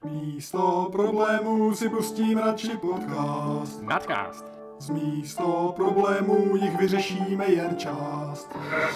Místo problémů si pustím radši podcast. Nadcast. Z místo problémů jich vyřešíme jen část.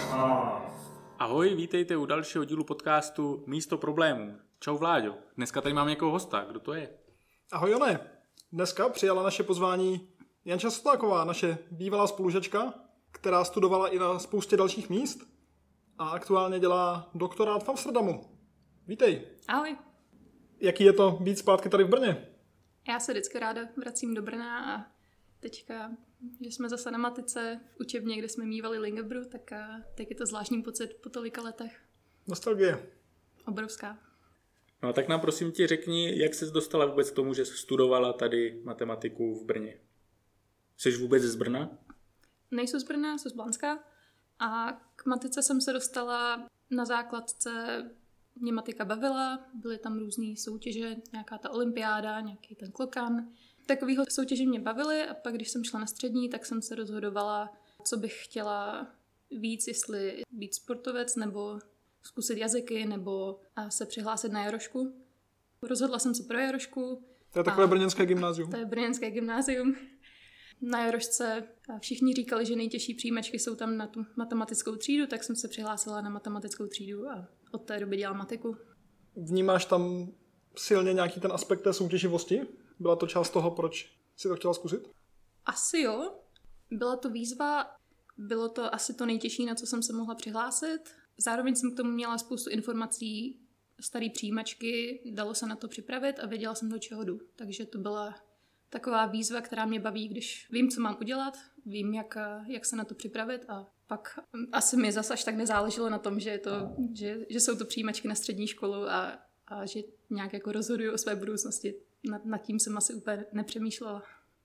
Ahoj, vítejte u dalšího dílu podcastu Místo problémů. Čau Vláďo, dneska tady mám někoho hosta, kdo to je? Ahoj Jone, dneska přijala naše pozvání Janča Sotláková, naše bývalá spolužačka, která studovala i na spoustě dalších míst a aktuálně dělá doktorát v Amsterdamu. Vítej. Ahoj. Jaký je to být zpátky tady v Brně? Já se vždycky ráda vracím do Brna a teďka, že jsme zase na matice v učebně, kde jsme mívali Lingebru, tak je to zvláštní pocit po tolika letech. Nostalgie. Obrovská. No tak nám prosím tě řekni, jak ses dostala vůbec k tomu, že jsi studovala tady matematiku v Brně? Jsi vůbec z Brna? Nejsou z Brna, jsou z Blanska a k matice jsem se dostala na základce. Mě matika bavila, byly tam různé soutěže, nějaká ta olympiáda, nějaký ten klokan. Takovýhle soutěže mě bavily a pak, když jsem šla na střední, tak jsem se rozhodovala, co bych chtěla víc, jestli být sportovec, nebo zkusit jazyky, nebo se přihlásit na Jarošku. Rozhodla jsem se pro Jarošku. To je takové brněnské gymnázium. To je brněnské gymnázium. Na Jarošce všichni říkali, že nejtěžší přijímačky jsou tam na tu matematickou třídu, tak jsem se přihlásila na matematickou třídu a od té doby dělám matiku. Vnímáš tam silně nějaký ten aspekt té soutěživosti? Byla to část toho, proč jsi to chtěla zkusit? Asi jo. Byla to výzva, bylo to asi to nejtěžší, na co jsem se mohla přihlásit. Zároveň jsem k tomu měla spoustu informací, staré přijímačky, dalo se na to připravit a věděla jsem, do čeho jdu. Takže to byla taková výzva, která mě baví, když vím, co mám udělat, vím, jak se na to připravit a pak asi mi zas až tak nezáleželo na tom, že jsou to přijímačky na střední školu a že nějak jako rozhoduju o své budoucnosti. Nad tím jsem asi úplně nepřemýšlela.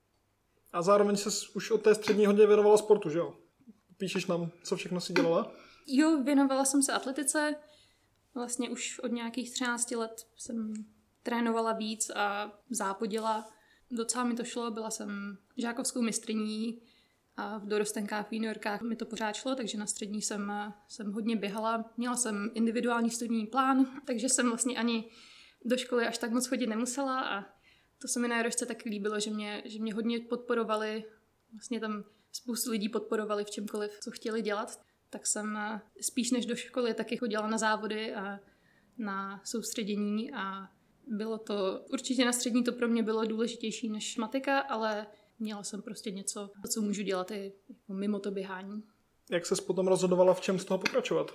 A zároveň ses už od té střední hodně věnovala sportu, že jo? Píšeš nám, co všechno si dělala? Jo, věnovala jsem se atletice. Vlastně už od nějakých 13 let jsem trénovala víc a závodila. Docela mi to šlo, byla jsem žákovskou mistryní a v dorostenkách, v juniorkách mi to pořád šlo, takže na střední jsem hodně běhala. Měla jsem individuální studijní plán, takže jsem vlastně ani do školy až tak moc chodit nemusela a to se mi na Jarošce taky líbilo, že mě hodně podporovali, vlastně tam spoustu lidí podporovali v čemkoliv, co chtěli dělat, tak jsem spíš než do školy taky chodila na závody a na soustředění a bylo to, určitě na střední to pro mě bylo důležitější než matika, ale měla jsem prostě něco, co můžu dělat i jako mimo to běhání. Jak ses potom rozhodovala, v čem z toho pokračovat?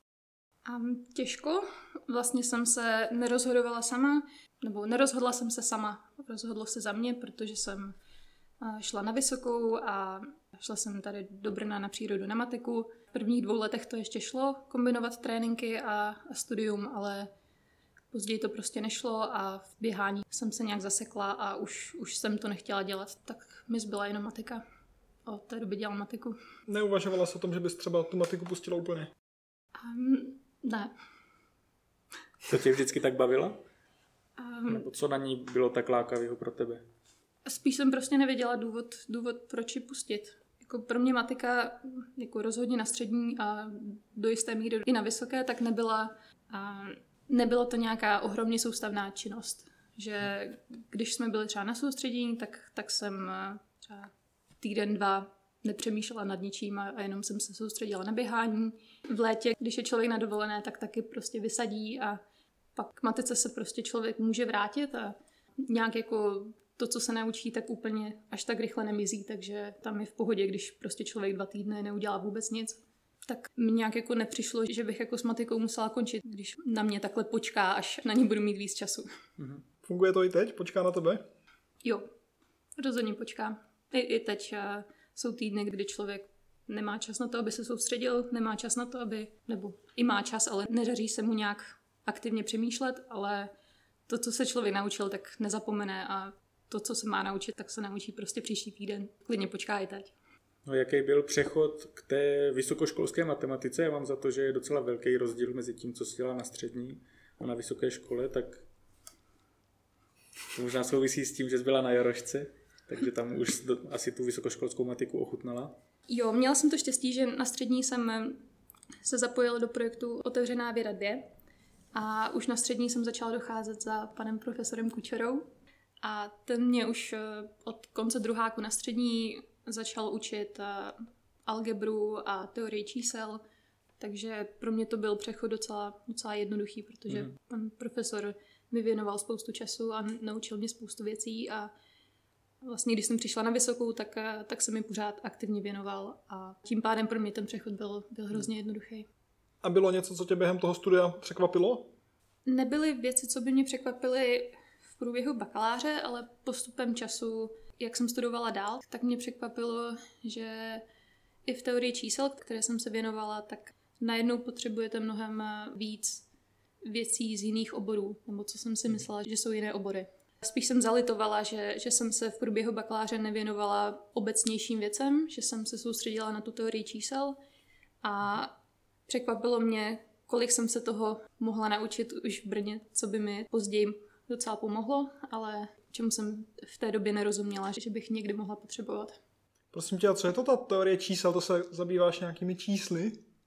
Těžko. Vlastně jsem se nerozhodovala sama, nebo nerozhodla jsem se sama. Rozhodlo se za mě, protože jsem šla na vysokou a šla jsem tady do Brna na přírodu na matiku. V prvních 2 letech to ještě šlo kombinovat tréninky a studium, ale později to prostě nešlo a v běhání jsem se nějak zasekla a už jsem to nechtěla dělat, tak mi zbyla jenom matika. Od té doby dělám matiku. Neuvažovala jsi o tom, že bys třeba tu matiku pustila úplně? Ne. To tě vždycky tak bavila? Nebo co na ní bylo tak lákavého pro tebe? Spíš jsem prostě nevěděla důvod proč ji pustit. Jako pro mě matika jako rozhodně na střední a do jisté míry i na vysoké, tak nebyla to nějaká ohromně soustavná činnost. Že když jsme byli třeba na soustředění, tak jsem třeba týden, 2 nepřemýšlela nad ničím a jenom jsem se soustředila na běhání. V létě, když je člověk na dovolené, tak taky prostě vysadí a pak k matice se prostě člověk může vrátit a nějak jako to, co se naučí, tak úplně až tak rychle nemizí, takže tam je v pohodě, když prostě člověk 2 týdny neudělá vůbec nic. Tak mi nějak jako nepřišlo, že bych jako s matikou musela končit, když na mě takhle počká, až na ní budu mít víc času. Funguje to i teď? Počká na tebe? Jo, rozhodně počká. I teď jsou týdny, kdy člověk nemá čas na to, aby se soustředil, nemá čas na to, nebo i má čas, ale nedaří se mu nějak aktivně přemýšlet, ale to, co se člověk naučil, tak nezapomene a to, co se má naučit, tak se naučí prostě příští týden. Klidně počká i teď. No, jaký byl přechod k té vysokoškolské matematice? Já mám za to, že je docela velký rozdíl mezi tím, co jsi dělala na střední a na vysoké škole, tak to možná souvisí s tím, že jsi byla na Jarošce, takže tam už asi tu vysokoškolskou matiku ochutnala. Jo, měla jsem to štěstí, že na střední jsem se zapojila do projektu Otevřená věda 2 A už na střední jsem začala docházet za panem profesorem Kučerou. A ten mě už od konce druháku na střední začal učit algebru a teorii čísel. Takže pro mě to byl přechod docela jednoduchý, protože pan profesor mi věnoval spoustu času a naučil mě spoustu věcí a vlastně když jsem přišla na vysokou, tak se mi pořád aktivně věnoval a tím pádem pro mě ten přechod byl hrozně jednoduchý. A bylo něco, co tě během toho studia překvapilo? Nebyly věci, co by mě překvapily v průběhu bakaláře, ale postupem času, jak jsem studovala dál, tak mě překvapilo, že i v teorii čísel, které jsem se věnovala, tak najednou potřebujete mnohem víc věcí z jiných oborů, nebo co jsem si myslela, že jsou jiné obory. Spíš jsem zalitovala, že jsem se v průběhu bakaláře nevěnovala obecnějším věcem, že jsem se soustředila na tu teorii čísel a překvapilo mě, kolik jsem se toho mohla naučit už v Brně, co by mi později docela pomohlo, ale čemu jsem v té době nerozuměla, že bych někdy mohla potřebovat. Prosím tě, a co je to ta teorie čísel? To se zabýváš nějakými čísly?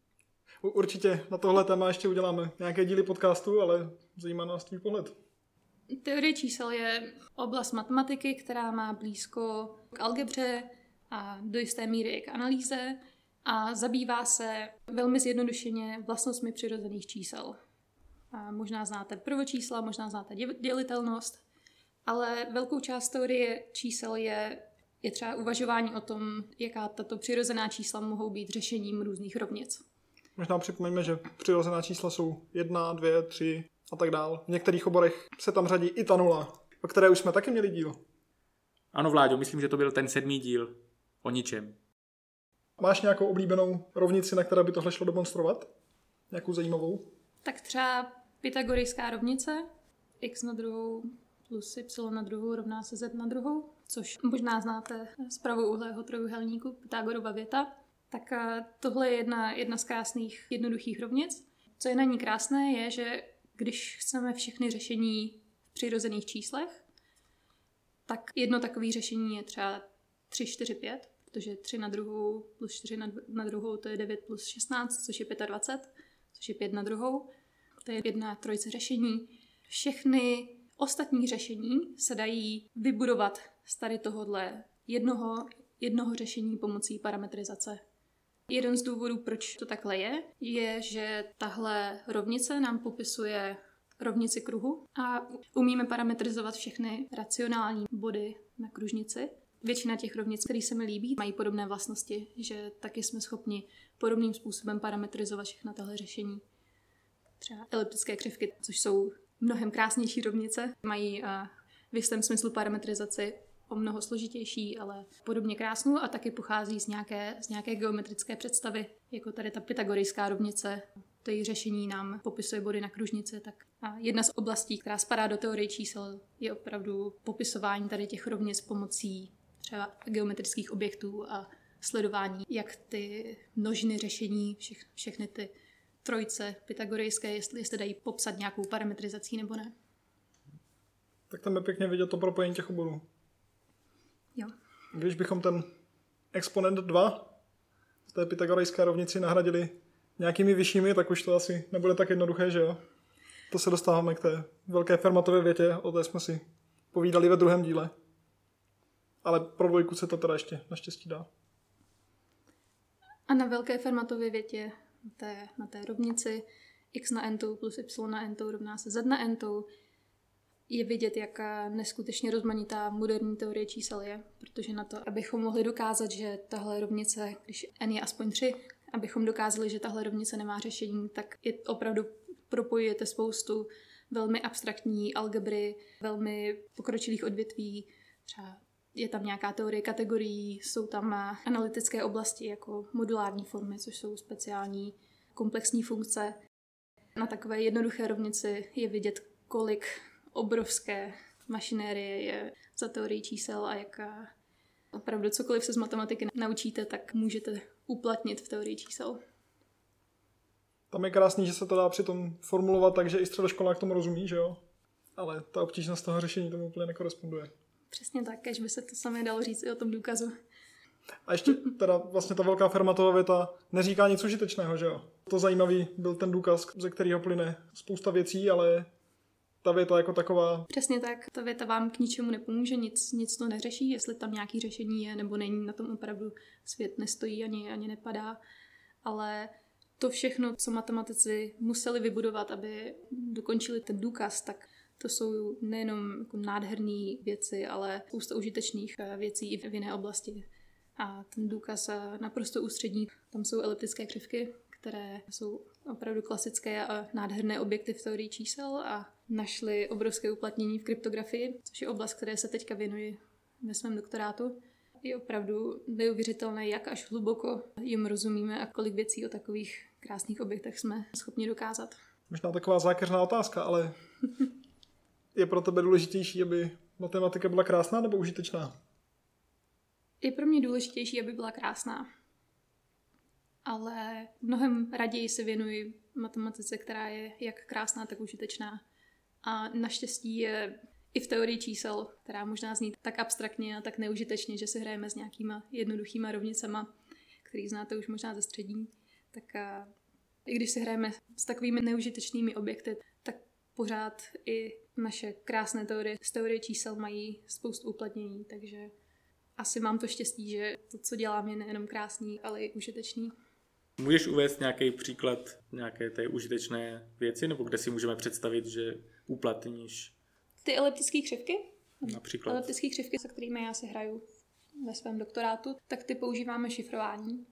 Určitě na tohle téma ještě uděláme nějaké díly podcastu, ale zajímá nás tvůj pohled. Teorie čísel je oblast matematiky, která má blízko k algebře a do jisté míry i k analýze a zabývá se velmi zjednodušeně vlastnostmi přirozených čísel. A možná znáte prvočísla, možná znáte dělitelnost, ale velkou část teorie čísel je třeba uvažování o tom, jaká tato přirozená čísla mohou být řešením různých rovnic. Možná připomeňme, že přirozená čísla jsou 1, 2, 3 a tak dál. V některých oborech se tam řadí i ta nula, o které už jsme taky měli díl. Ano, Vláďo, myslím, že to byl ten 7. díl o ničem. Máš nějakou oblíbenou rovnici, na které by tohle šlo demonstrovat? Nějakou zajímavou? Tak třeba pythagorejská rovnice, x na druhou plus y na druhou rovná se z na druhou, což možná znáte z pravoúhlého trojúhelníku Pythagorova věta. Tak tohle je jedna z krásných jednoduchých rovnic. Co je na ní krásné, je, že když chceme všechny řešení v přirozených číslech, tak jedno takové řešení je třeba 3, 4, 5, protože 3 na druhou plus 4 na druhou to je 9 plus 16, což je 25, což je 5 na druhou. To je jedna trojice řešení. Všechny ostatní řešení se dají vybudovat z tady tohohle jednoho řešení pomocí parametrizace. Jeden z důvodů, proč to takhle je, že tahle rovnice nám popisuje rovnici kruhu a umíme parametrizovat všechny racionální body na kružnici. Většina těch rovnic, které se mi líbí, mají podobné vlastnosti, že taky jsme schopni podobným způsobem parametrizovat všechna tahle řešení. Třeba eliptické křivky, což jsou mnohem krásnější rovnice, mají v jistém smyslu parametrizaci o mnoho složitější, ale podobně krásnou a taky pochází z nějaké geometrické představy, jako tady ta pythagorejská rovnice. To její řešení nám popisuje body na kružnici. Tak a jedna z oblastí, která spadá do teorie čísel, je opravdu popisování tady těch rovnic pomocí třeba geometrických objektů a sledování, jak ty množiny řešení, všechny ty trojce pythagorejské, jestli se dají popsat nějakou parametrizací nebo ne. Tak tam je pěkně vidět to propojení těch oborů. Jo. Když bychom ten exponent 2 z té pythagorejské rovnici nahradili nějakými vyššími, tak už to asi nebude tak jednoduché, že jo? To se dostáváme k té velké Fermatově větě, o té jsme si povídali ve druhém díle. Ale pro dvojku se to teda ještě naštěstí dá. A na velké Fermatově větě na té rovnici x na n plus y na n rovná se z na n je vidět, jaká neskutečně rozmanitá moderní teorie čísel je, protože na to, abychom mohli dokázat, že tahle rovnice, když n je aspoň 3, abychom dokázali, že tahle rovnice nemá řešení, tak je opravdu propojujete spoustu velmi abstraktní algebry, velmi pokročilých odvětví, třeba je tam nějaká teorie kategorií, jsou tam analytické oblasti jako modulární formy, což jsou speciální komplexní funkce. Na takové jednoduché rovnici je vidět, kolik obrovské mašinérie je za teorii čísel a jaká opravdu cokoliv se z matematiky naučíte, tak můžete uplatnit v teorii čísel. Tam je krásný, že se to dá přitom formulovat tak, že i středoškolák tomu rozumí, že jo? Ale ta obtížnost toho řešení tomu úplně nekoresponduje. Přesně tak, až by se to samé dalo říct i o tom důkazu. A ještě teda vlastně ta velká Fermatova věta neříká nic užitečného, že jo? To zajímavý byl ten důkaz, ze kterého plyne spousta věcí, ale ta věta jako taková... Přesně tak, ta věta vám k ničemu nepomůže, nic to neřeší, jestli tam nějaký řešení je nebo není, na tom opravdu svět nestojí ani nepadá, ale to všechno, co matematici museli vybudovat, aby dokončili ten důkaz, tak to jsou nejenom jako nádherné věci, ale spousta užitečných věcí i v jiné oblasti. A ten důkaz naprosto ústřední, tam jsou eliptické křivky, které jsou opravdu klasické a nádherné objekty v teorii čísel a našli obrovské uplatnění v kryptografii, což je oblast, které se teďka věnuji ve svém doktorátu. Je opravdu neuvěřitelné, jak až hluboko jim rozumíme a kolik věcí o takových krásných objektech jsme schopni dokázat. Možná taková zákeřná otázka, ale je pro tebe důležitější, aby matematika byla krásná nebo užitečná? Je pro mě důležitější, aby byla krásná. Ale mnohem raději se věnuji matematice, která je jak krásná, tak užitečná. A naštěstí je i v teorii čísel, která možná zní tak abstraktně a tak neužitečně, že si hrajeme s nějakýma jednoduchýma rovnicema, který znáte už možná ze střední, tak i když si hrajeme s takovými neužitečnými objekty, tak pořád i naše krásné teorie z teorie čísel mají spoustu uplatnění, takže asi mám to štěstí, že to, co dělám, je nejenom krásný, ale i užitečný. Můžeš uvést nějaký příklad nějaké té užitečné věci, nebo kde si můžeme představit, že uplatníš? Ty eliptické křivky? Například. Eliptické křivky, se kterými já si hraju ve svém doktorátu, tak ty používáme šifrování.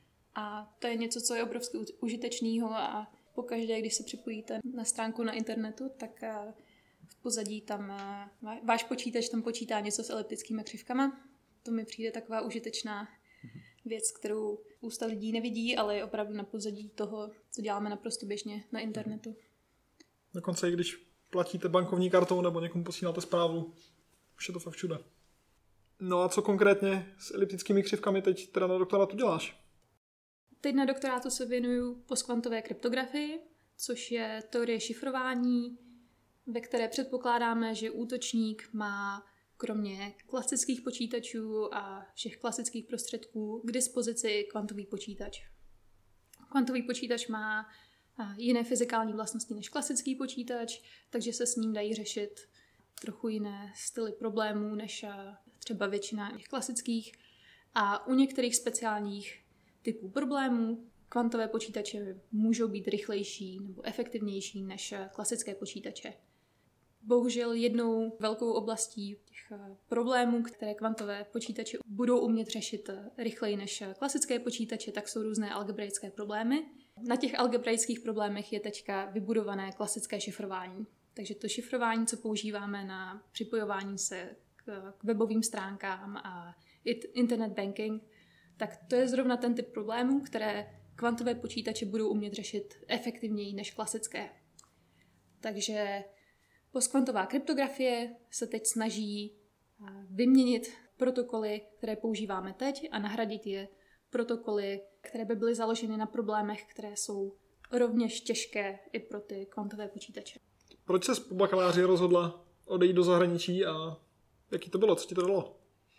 A to je něco, co je obrovsky užitečného a pokaždé, když se připojíte na stránku na internetu, tak v pozadí tam váš počítač tam počítá něco s eliptickými křivkama. To mi přijde taková užitečná věc, kterou spousta lidí nevidí, ale je opravdu na pozadí toho, co děláme naprosto běžně na internetu. Dokonce i když platíte bankovní kartou nebo někomu posíláte zprávu, už je to fakt všude. No a co konkrétně s eliptickými křivkami teď teda na doktorátu děláš? Teď na doktorátu se věnuju postkvantové kryptografii, což je teorie šifrování, ve které předpokládáme, že útočník má kromě klasických počítačů a všech klasických prostředků k dispozici kvantový počítač. Kvantový počítač má jiné fyzikální vlastnosti než klasický počítač, takže se s ním dají řešit trochu jiné styly problémů než třeba většina těch klasických. A u některých speciálních typů problémů kvantové počítače můžou být rychlejší nebo efektivnější než klasické počítače. Bohužel jednou velkou oblastí těch problémů, které kvantové počítače budou umět řešit rychleji než klasické počítače, tak jsou různé algebraické problémy. Na těch algebraických problémech je teďka vybudované klasické šifrování. Takže to šifrování, co používáme na připojování se k webovým stránkám a internet banking, tak to je zrovna ten typ problémů, které kvantové počítače budou umět řešit efektivněji než klasické. Takže postkvantová kryptografie se teď snaží vyměnit protokoly, které používáme teď a nahradit je protokoly, které by byly založeny na problémech, které jsou rovněž těžké i pro ty kvantové počítače. Proč ses po bakaláři rozhodla odejít do zahraničí a jaký to bylo, co ti to dalo?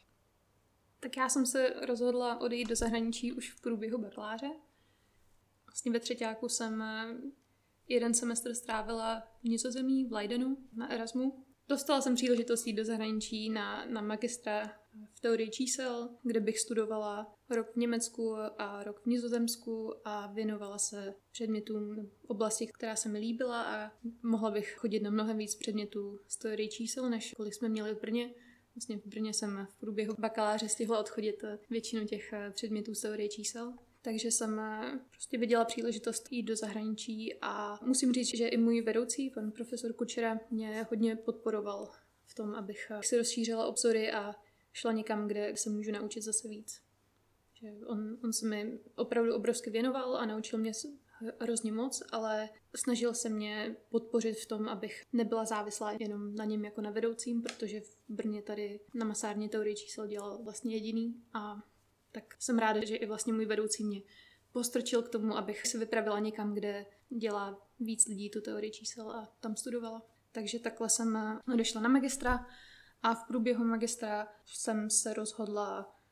Tak já jsem se rozhodla odejít do zahraničí už v průběhu bakaláře. Vlastně ve třeťáku jsem jeden semestr strávila v Nizozemí, v Leidenu, na Erasmu. Dostala jsem příležitost jít do zahraničí na magistra v teorii čísel, kde bych studovala rok v Německu a rok v Nizozemsku a věnovala se předmětům v oblasti, která se mi líbila a mohla bych chodit na mnohem víc předmětů z teorii čísel, než kolik jsme měli v Brně. Vlastně v Brně jsem v průběhu bakaláře stihla odchodit většinu těch předmětů z teorie čísel. Takže jsem prostě viděla příležitost jít do zahraničí a musím říct, že i můj vedoucí, pan profesor Kučera, mě hodně podporoval v tom, abych si rozšířila obzory a šla někam, kde se můžu naučit zase víc. Že on se mi opravdu obrovsky věnoval a naučil mě hrozně moc, ale snažil se mě podpořit v tom, abych nebyla závislá jenom na něm jako na vedoucím, protože v Brně tady na masárně teorii čísel dělal vlastně jediný a tak jsem ráda, že i vlastně můj vedoucí mě postrčil k tomu, abych se vypravila někam, kde dělá víc lidí tu teorii čísel a tam studovala. Takže takhle jsem odešla na magistra a v průběhu magistra jsem se rozhodla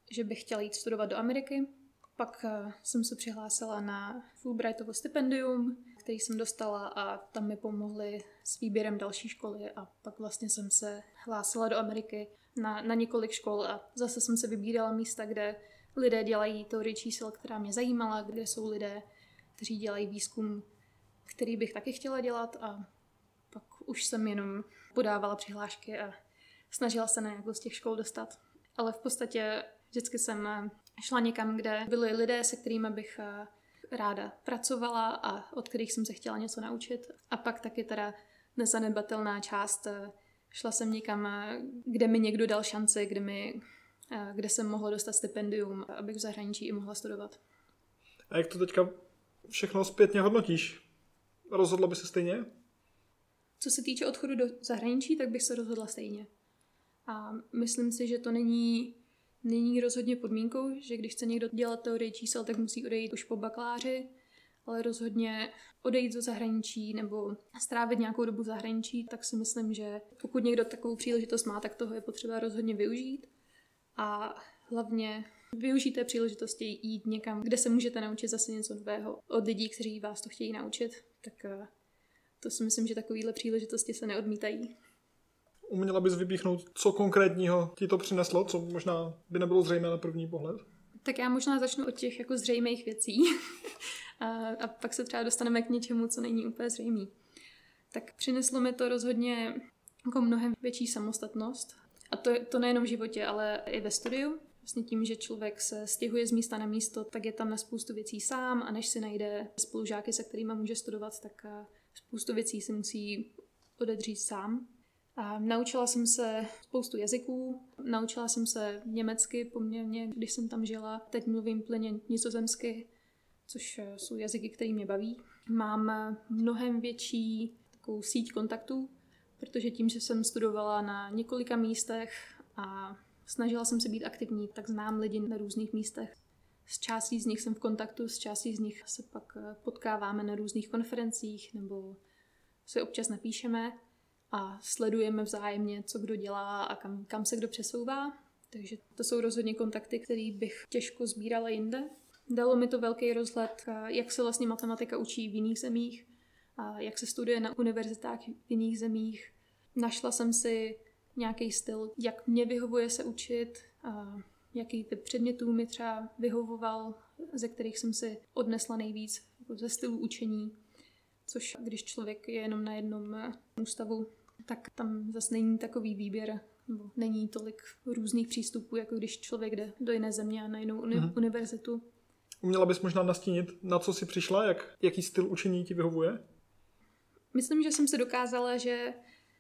že bych chtěla jít studovat do Ameriky. Pak jsem se přihlásila na Fulbrightovo stipendium, který jsem dostala a tam mi pomohli s výběrem další školy a pak vlastně jsem se hlásila do Ameriky na několik škol a zase jsem se vybírala místa, kde lidé dělají teorii čísel, která mě zajímala, kde jsou lidé, kteří dělají výzkum, který bych taky chtěla dělat a pak už jsem jenom podávala přihlášky a snažila se na nějakou z těch škol dostat. Ale v podstatě vždycky jsem šla někam, kde byli lidé, se kterými bych ráda pracovala a od kterých jsem se chtěla něco naučit. A pak taky teda nezanedbatelná část. Šla jsem někam, kde mi někdo dal šanci, kde jsem mohla dostat stipendium, abych v zahraničí i mohla studovat. A jak to teďka všechno zpětně hodnotíš? Rozhodla by se stejně? Co se týče odchodu do zahraničí, tak bych se rozhodla stejně. A myslím si, že to není rozhodně podmínkou, že když chce někdo dělat teorii čísel, tak musí odejít už po bakaláři, ale rozhodně odejít do zahraničí nebo strávit nějakou dobu v zahraničí, tak si myslím, že pokud někdo takovou příležitost má, tak toho je potřeba rozhodně využít. A hlavně využít té příležitosti jít někam, kde se můžete naučit zase něco nového od lidí, kteří vás to chtějí naučit. Tak to si myslím, že takovéhle příležitosti se neodmítají. Uměla bys vypíchnout, co konkrétního ti to přineslo, co možná by nebylo zřejmé na první pohled? Tak já možná začnu od těch jako zřejmých věcí a pak se třeba dostaneme k něčemu, co není úplně zřejmý. Tak přineslo mi to rozhodně jako mnohem větší samostatnost. A to nejenom v životě, ale i ve studiu. Vlastně tím, že člověk se stěhuje z místa na místo, tak je tam na spoustu věcí sám a než si najde spolužáky, se kterými může studovat, tak spoustu věcí si musí odedřít sám. A naučila jsem se spoustu jazyků, naučila jsem se německy poměrně, když jsem tam žila. Teď mluvím plně nizozemsky, což jsou jazyky, které mě baví. Mám mnohem větší takovou síť kontaktů, protože tím, že jsem studovala na několika místech a snažila jsem se být aktivní, tak znám lidi na různých místech. S částí z nich jsem v kontaktu, s částí z nich se pak potkáváme na různých konferencích nebo si občas napíšeme a sledujeme vzájemně, co kdo dělá a kam se kdo přesouvá. Takže to jsou rozhodně kontakty, které bych těžko sbírala jinde. Dalo mi to velký rozhled, jak se vlastně matematika učí v jiných zemích, a jak se studuje na univerzitách v jiných zemích. Našla jsem si nějaký styl, jak mě vyhovuje se učit, a jaký typ předmětů mi třeba vyhovoval, ze kterých jsem si odnesla nejvíc jako ze stylu učení. Což když člověk je jenom na jednom ústavu, tak tam zase není takový výběr, nebo není tolik různých přístupů, jako když člověk jde do jiné země a na jinou univerzitu. Uměla bys možná nastínit, na co jsi přišla, jaký styl učení ti vyhovuje? Myslím, že jsem se dokázala, že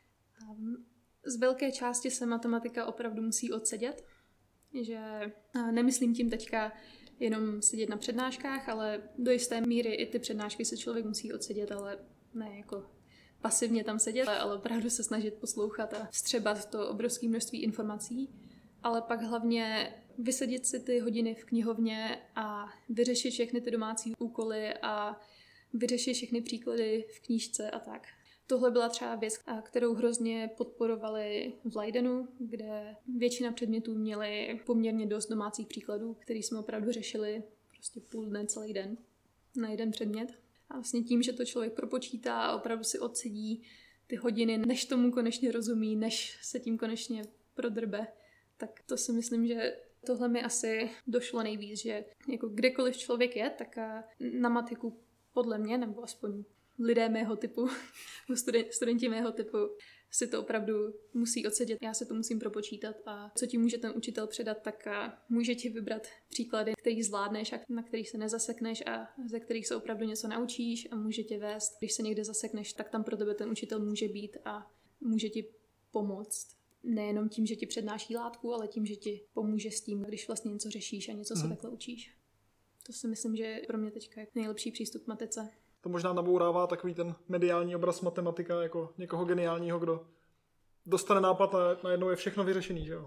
z velké části se matematika opravdu musí odsedět. Že nemyslím tím teďka jenom sedět na přednáškách, ale do jisté míry i ty přednášky se člověk musí odsedět, ale ne jako pasivně tam sedět, ale opravdu se snažit poslouchat a vstřebat to obrovské množství informací. Ale pak hlavně vysedět si ty hodiny v knihovně a vyřešit všechny ty domácí úkoly a vyřešit všechny příklady v knížce a tak. Tohle byla třeba věc, kterou hrozně podporovali v Leidenu, kde většina předmětů měly poměrně dost domácích příkladů, který jsme opravdu řešili prostě půl dne, celý den na jeden předmět. A vlastně tím, že to člověk propočítá a opravdu si odsedí ty hodiny, než tomu konečně rozumí, než se tím konečně prodrbe, tak to si myslím, že tohle mi asi došlo nejvíc, že jako kdekoliv člověk je, tak na matiku podle mě, nebo aspoň lidé mého typu, studenti mého typu, si to opravdu musí odsedět. Já se to musím propočítat a co ti může ten učitel předat, tak může ti vybrat příklady, který zvládneš a na kterých se nezasekneš a ze kterých se opravdu něco naučíš a může tě vést. Když se někde zasekneš, tak tam pro tebe ten učitel může být a může ti pomoct. Nejenom tím, že ti přednáší látku, ale tím, že ti pomůže s tím, když vlastně něco řešíš a něco se takhle učíš. To si myslím, že je pro mě teďka nejlepší přístup k matice. To možná nabourává takový ten mediální obraz matematika jako někoho geniálního, kdo dostane nápad a najednou je všechno vyřešený, že jo?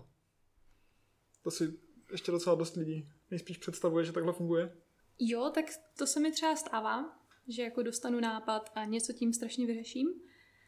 To si ještě docela dost lidí nejspíš představuje, že takhle funguje. Jo, tak to se mi třeba stává, že jako dostanu nápad a něco tím strašně vyřeším,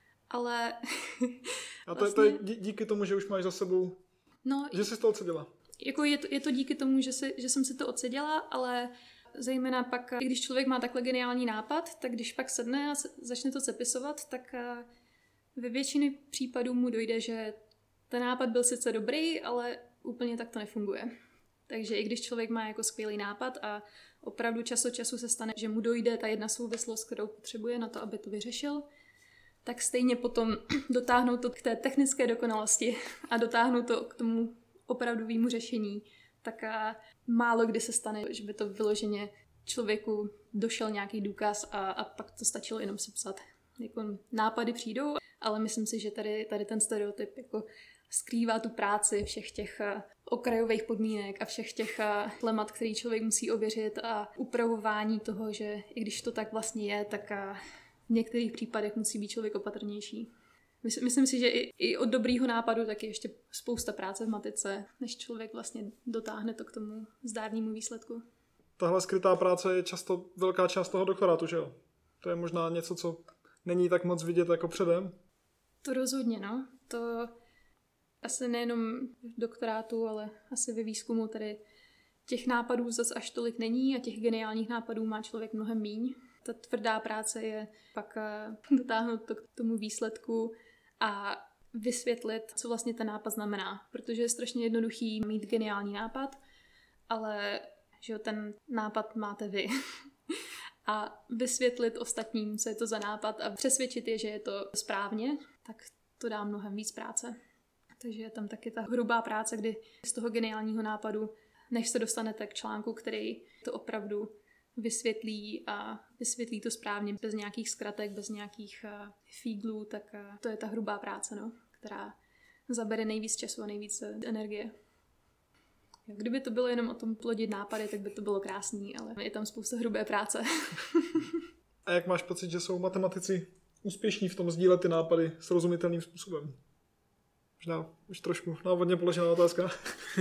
ale a to je díky tomu, že už máš za sebou, no, že jsi to odseděla. Jako je to díky tomu, že jsem si to odseděla, ale zejména pak, když člověk má takhle geniální nápad, tak když pak sedne a začne to sepisovat, tak ve většině případů mu dojde, že ten nápad byl sice dobrý, ale úplně tak to nefunguje. Takže i když člověk má jako skvělý nápad a opravdu čas od času se stane, že mu dojde ta jedna souvislost, kterou potřebuje na to, aby to vyřešil, tak stejně potom dotáhnout to k té technické dokonalosti a dotáhnout to k tomu opravdovému řešení, tak málo kdy se stane, že by to vyloženě člověku došel nějaký důkaz a pak to stačilo jenom sepsat. Jako nápady přijdou, ale myslím si, že tady ten stereotyp jako skrývá tu práci všech těch okrajových podmínek a všech těch lemat, který člověk musí ověřit a upravování toho, že i když to tak vlastně je, tak v některých případech musí být člověk opatrnější. Myslím si, že i od dobrýho nápadu tak je ještě spousta práce v matice, než člověk vlastně dotáhne to k tomu zdárnému výsledku. Tahle skrytá práce je často velká část toho doktorátu, že jo? To je možná něco, co není tak moc vidět jako předem. To rozhodně, no. To asi nejenom v doktorátu, ale asi ve výzkumu tady těch nápadů zase až tolik není a těch geniálních nápadů má člověk mnohem míň. Ta tvrdá práce je pak dotáhnout to k tomu výsledku a vysvětlit, co vlastně ten nápad znamená. Protože je strašně jednoduchý mít geniální nápad, ale že jo, ten nápad máte vy. A vysvětlit ostatním, co je to za nápad a přesvědčit je, že je to správně, tak to dá mnohem víc práce. Takže je tam taky ta hrubá práce, kdy z toho geniálního nápadu, než se dostanete k článku, který to opravdu vysvětlí a vysvětlí to správně, bez nějakých zkratek, bez nějakých fíglů, tak to je ta hrubá práce, no, která zabere nejvíc času a nejvíc energie. Kdyby to bylo jenom o tom plodit nápady, tak by to bylo krásný, ale je tam spousta hrubé práce. A jak máš pocit, že jsou matematici úspěšní v tom sdílet ty nápady srozumitelným způsobem? Možná už trošku návodně položená otázka.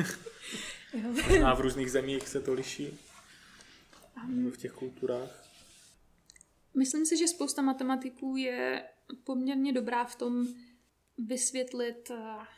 A v různých zemích se to liší? V těch kulturách? Myslím si, že spousta matematiků je poměrně dobrá v tom vysvětlit,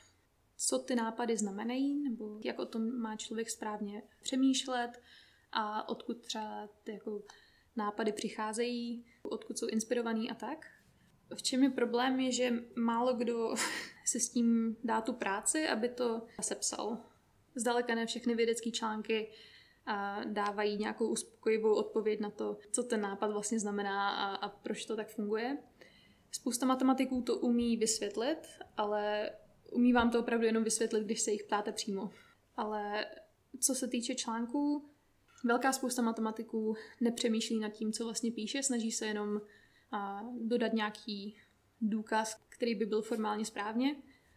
co ty nápady znamenají, nebo jak o tom má člověk správně přemýšlet a odkud třeba ty jako nápady přicházejí, odkud jsou inspirovaný a tak. V čem je problém je, že málo kdo si s tím dá tu práci, aby to sepsal. Zdaleka ne všechny vědecké články dávají nějakou uspokojivou odpověď na to, co ten nápad vlastně znamená a proč to tak funguje. Spousta matematiků to umí vysvětlit, ale umí vám to opravdu jenom vysvětlit, když se jich ptáte přímo. Ale co se týče článků, velká spousta matematiků nepřemýšlí nad tím, co vlastně píše, snaží se jenom dodat nějaký důkaz, který by byl formálně správně.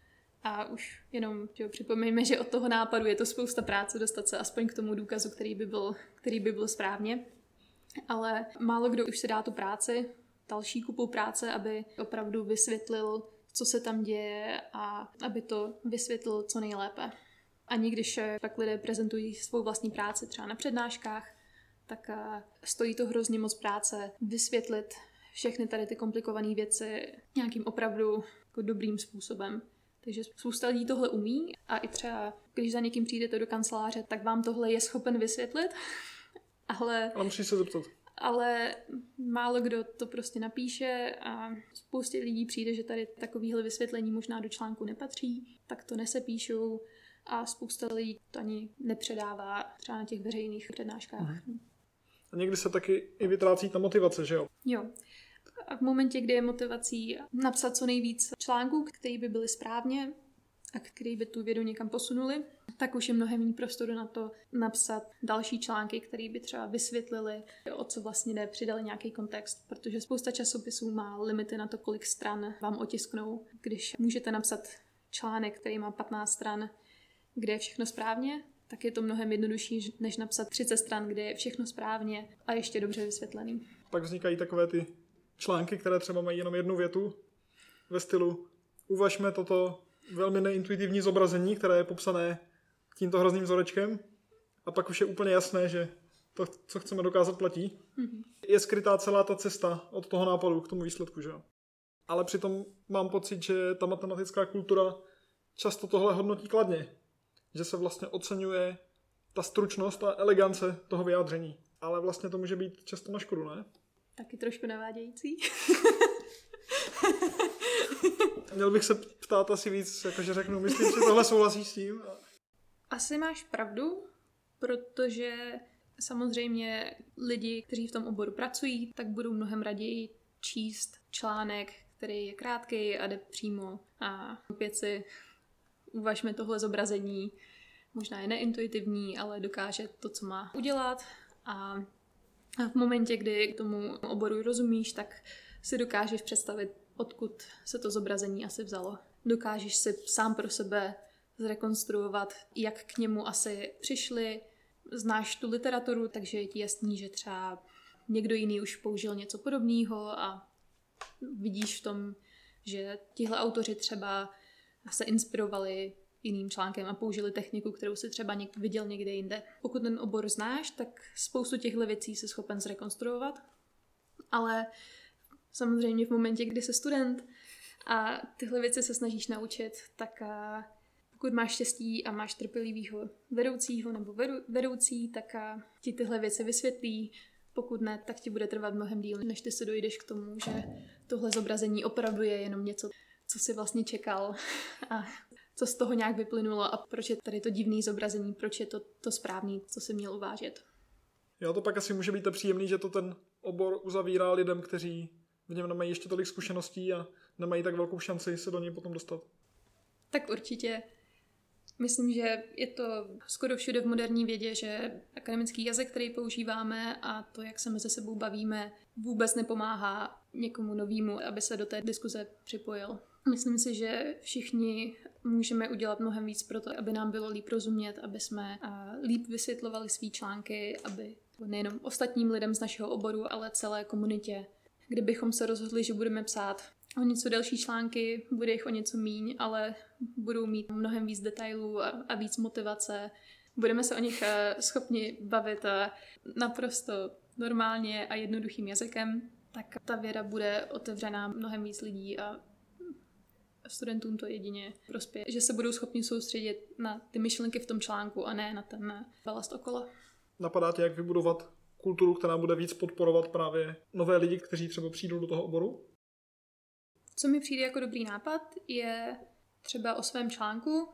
A už jenom připomeňme, že od toho nápadu je to spousta práce dostat se aspoň k tomu důkazu, který by byl správně. Ale málo kdo už se dá tu práci, další kupu práce, aby opravdu vysvětlil, co se tam děje a aby to vysvětlil co nejlépe. Ani když pak lidé prezentují svou vlastní práci třeba na přednáškách, tak stojí to hrozně moc práce vysvětlit všechny tady ty komplikované věci nějakým opravdu jako dobrým způsobem. Takže spousta lidí tohle umí a i třeba, když za někým přijdete do kanceláře, tak vám tohle je schopen vysvětlit, ale musíš se zeptat. Ale málo kdo to prostě napíše a spoustě lidí přijde, že tady takovýhle vysvětlení možná do článku nepatří, tak to nesepíšou a spousta lidí to ani nepředává třeba na těch veřejných přednáškách. A někdy se taky i vytrácí ta motivace, že jo? Jo. A v momentě, kdy je motivací napsat co nejvíc článků, které by byly správně a které by tu vědu někam posunuli, tak už je mnohem méně prostoru na to napsat další články, které by třeba vysvětlili, o co vlastně jde, přidali nějaký kontext, protože spousta časopisů má limity na to, kolik stran vám otisknou. Když můžete napsat článek, který má 15 stran, kde je všechno správně, tak je to mnohem jednodušší, než napsat 30 stran, kde je všechno správně a ještě dobře vysvětlený. Pak vznikají takové ty články, které třeba mají jenom jednu větu ve stylu uvažme toto velmi neintuitivní zobrazení, které je popsané tímto hrozným vzorečkem a pak už je úplně jasné, že to, co chceme dokázat, platí. Je skrytá celá ta cesta od toho nápadu k tomu výsledku, že jo? Ale přitom mám pocit, že ta matematická kultura často tohle hodnotí kladně. že se vlastně oceňuje ta stručnost a elegance toho vyjádření. Ale vlastně to může být často na škodu, ne? Taky trošku navádějící. Měl bych se ptát asi víc, jakože řeknu, myslím si, tohle souhlasíš s tím? Asi máš pravdu, protože samozřejmě lidi, kteří v tom oboru pracují, tak budou mnohem raději číst článek, který je krátký a jde přímo a opět si uvažme tohle zobrazení. Možná je neintuitivní, ale dokáže to, co má udělat a v momentě, kdy k tomu oboru rozumíš, tak si dokážeš představit, odkud se to zobrazení asi vzalo. Dokážeš si sám pro sebe zrekonstruovat, jak k němu asi přišli, znáš tu literaturu, takže je ti jasný, že třeba někdo jiný už použil něco podobného a vidíš v tom, že tihle autoři třeba se inspirovali jiným článkem a použili techniku, kterou si třeba viděl někde jinde. Pokud ten obor znáš, tak spoustu těchto věcí jsi schopen zrekonstruovat, ale samozřejmě v momentě, kdy jsi student a tyhle věci se snažíš naučit, tak pokud máš štěstí a máš trpělivýho vedoucího nebo vedoucí, tak ti tyhle věci vysvětlí. Pokud ne, tak ti bude trvat mnohem díl, než ty se dojdeš k tomu, že tohle zobrazení opravdu je jenom něco, co jsi vlastně čekal a co z toho nějak vyplynulo a proč je tady to divný zobrazení, proč je to správný, co jsi měl uvážet. Jo, to pak asi může být příjemný, že to ten obor uzavírá lidem, kteří v něm nemají ještě tolik zkušeností a nemají tak velkou šanci se do něj potom dostat. Tak určitě. Myslím, že je to skoro všude v moderní vědě, že akademický jazyk, který používáme a to, jak se mezi sebou bavíme, vůbec nepomáhá někomu novému, aby se do té diskuze připojil. Myslím si, že všichni můžeme udělat mnohem víc pro to, aby nám bylo líp rozumět, aby jsme líp vysvětlovali svý články, aby nejenom ostatním lidem z našeho oboru, ale celé komunitě. Kdybychom se rozhodli, že budeme psát o něco delší články, bude jich o něco míň, ale budou mít mnohem víc detailů a víc motivace. Budeme se o nich schopni bavit naprosto normálně a jednoduchým jazykem, tak ta věda bude otevřená mnohem víc lidí a studentům to jedině prospěje, že se budou schopni soustředit na ty myšlenky v tom článku a ne na ten balast okolo. Napadá tě, jak vybudovat kulturu, která bude víc podporovat právě nové lidi, kteří třeba přijdou do toho oboru? Co mi přijde jako dobrý nápad, je třeba o svém článku,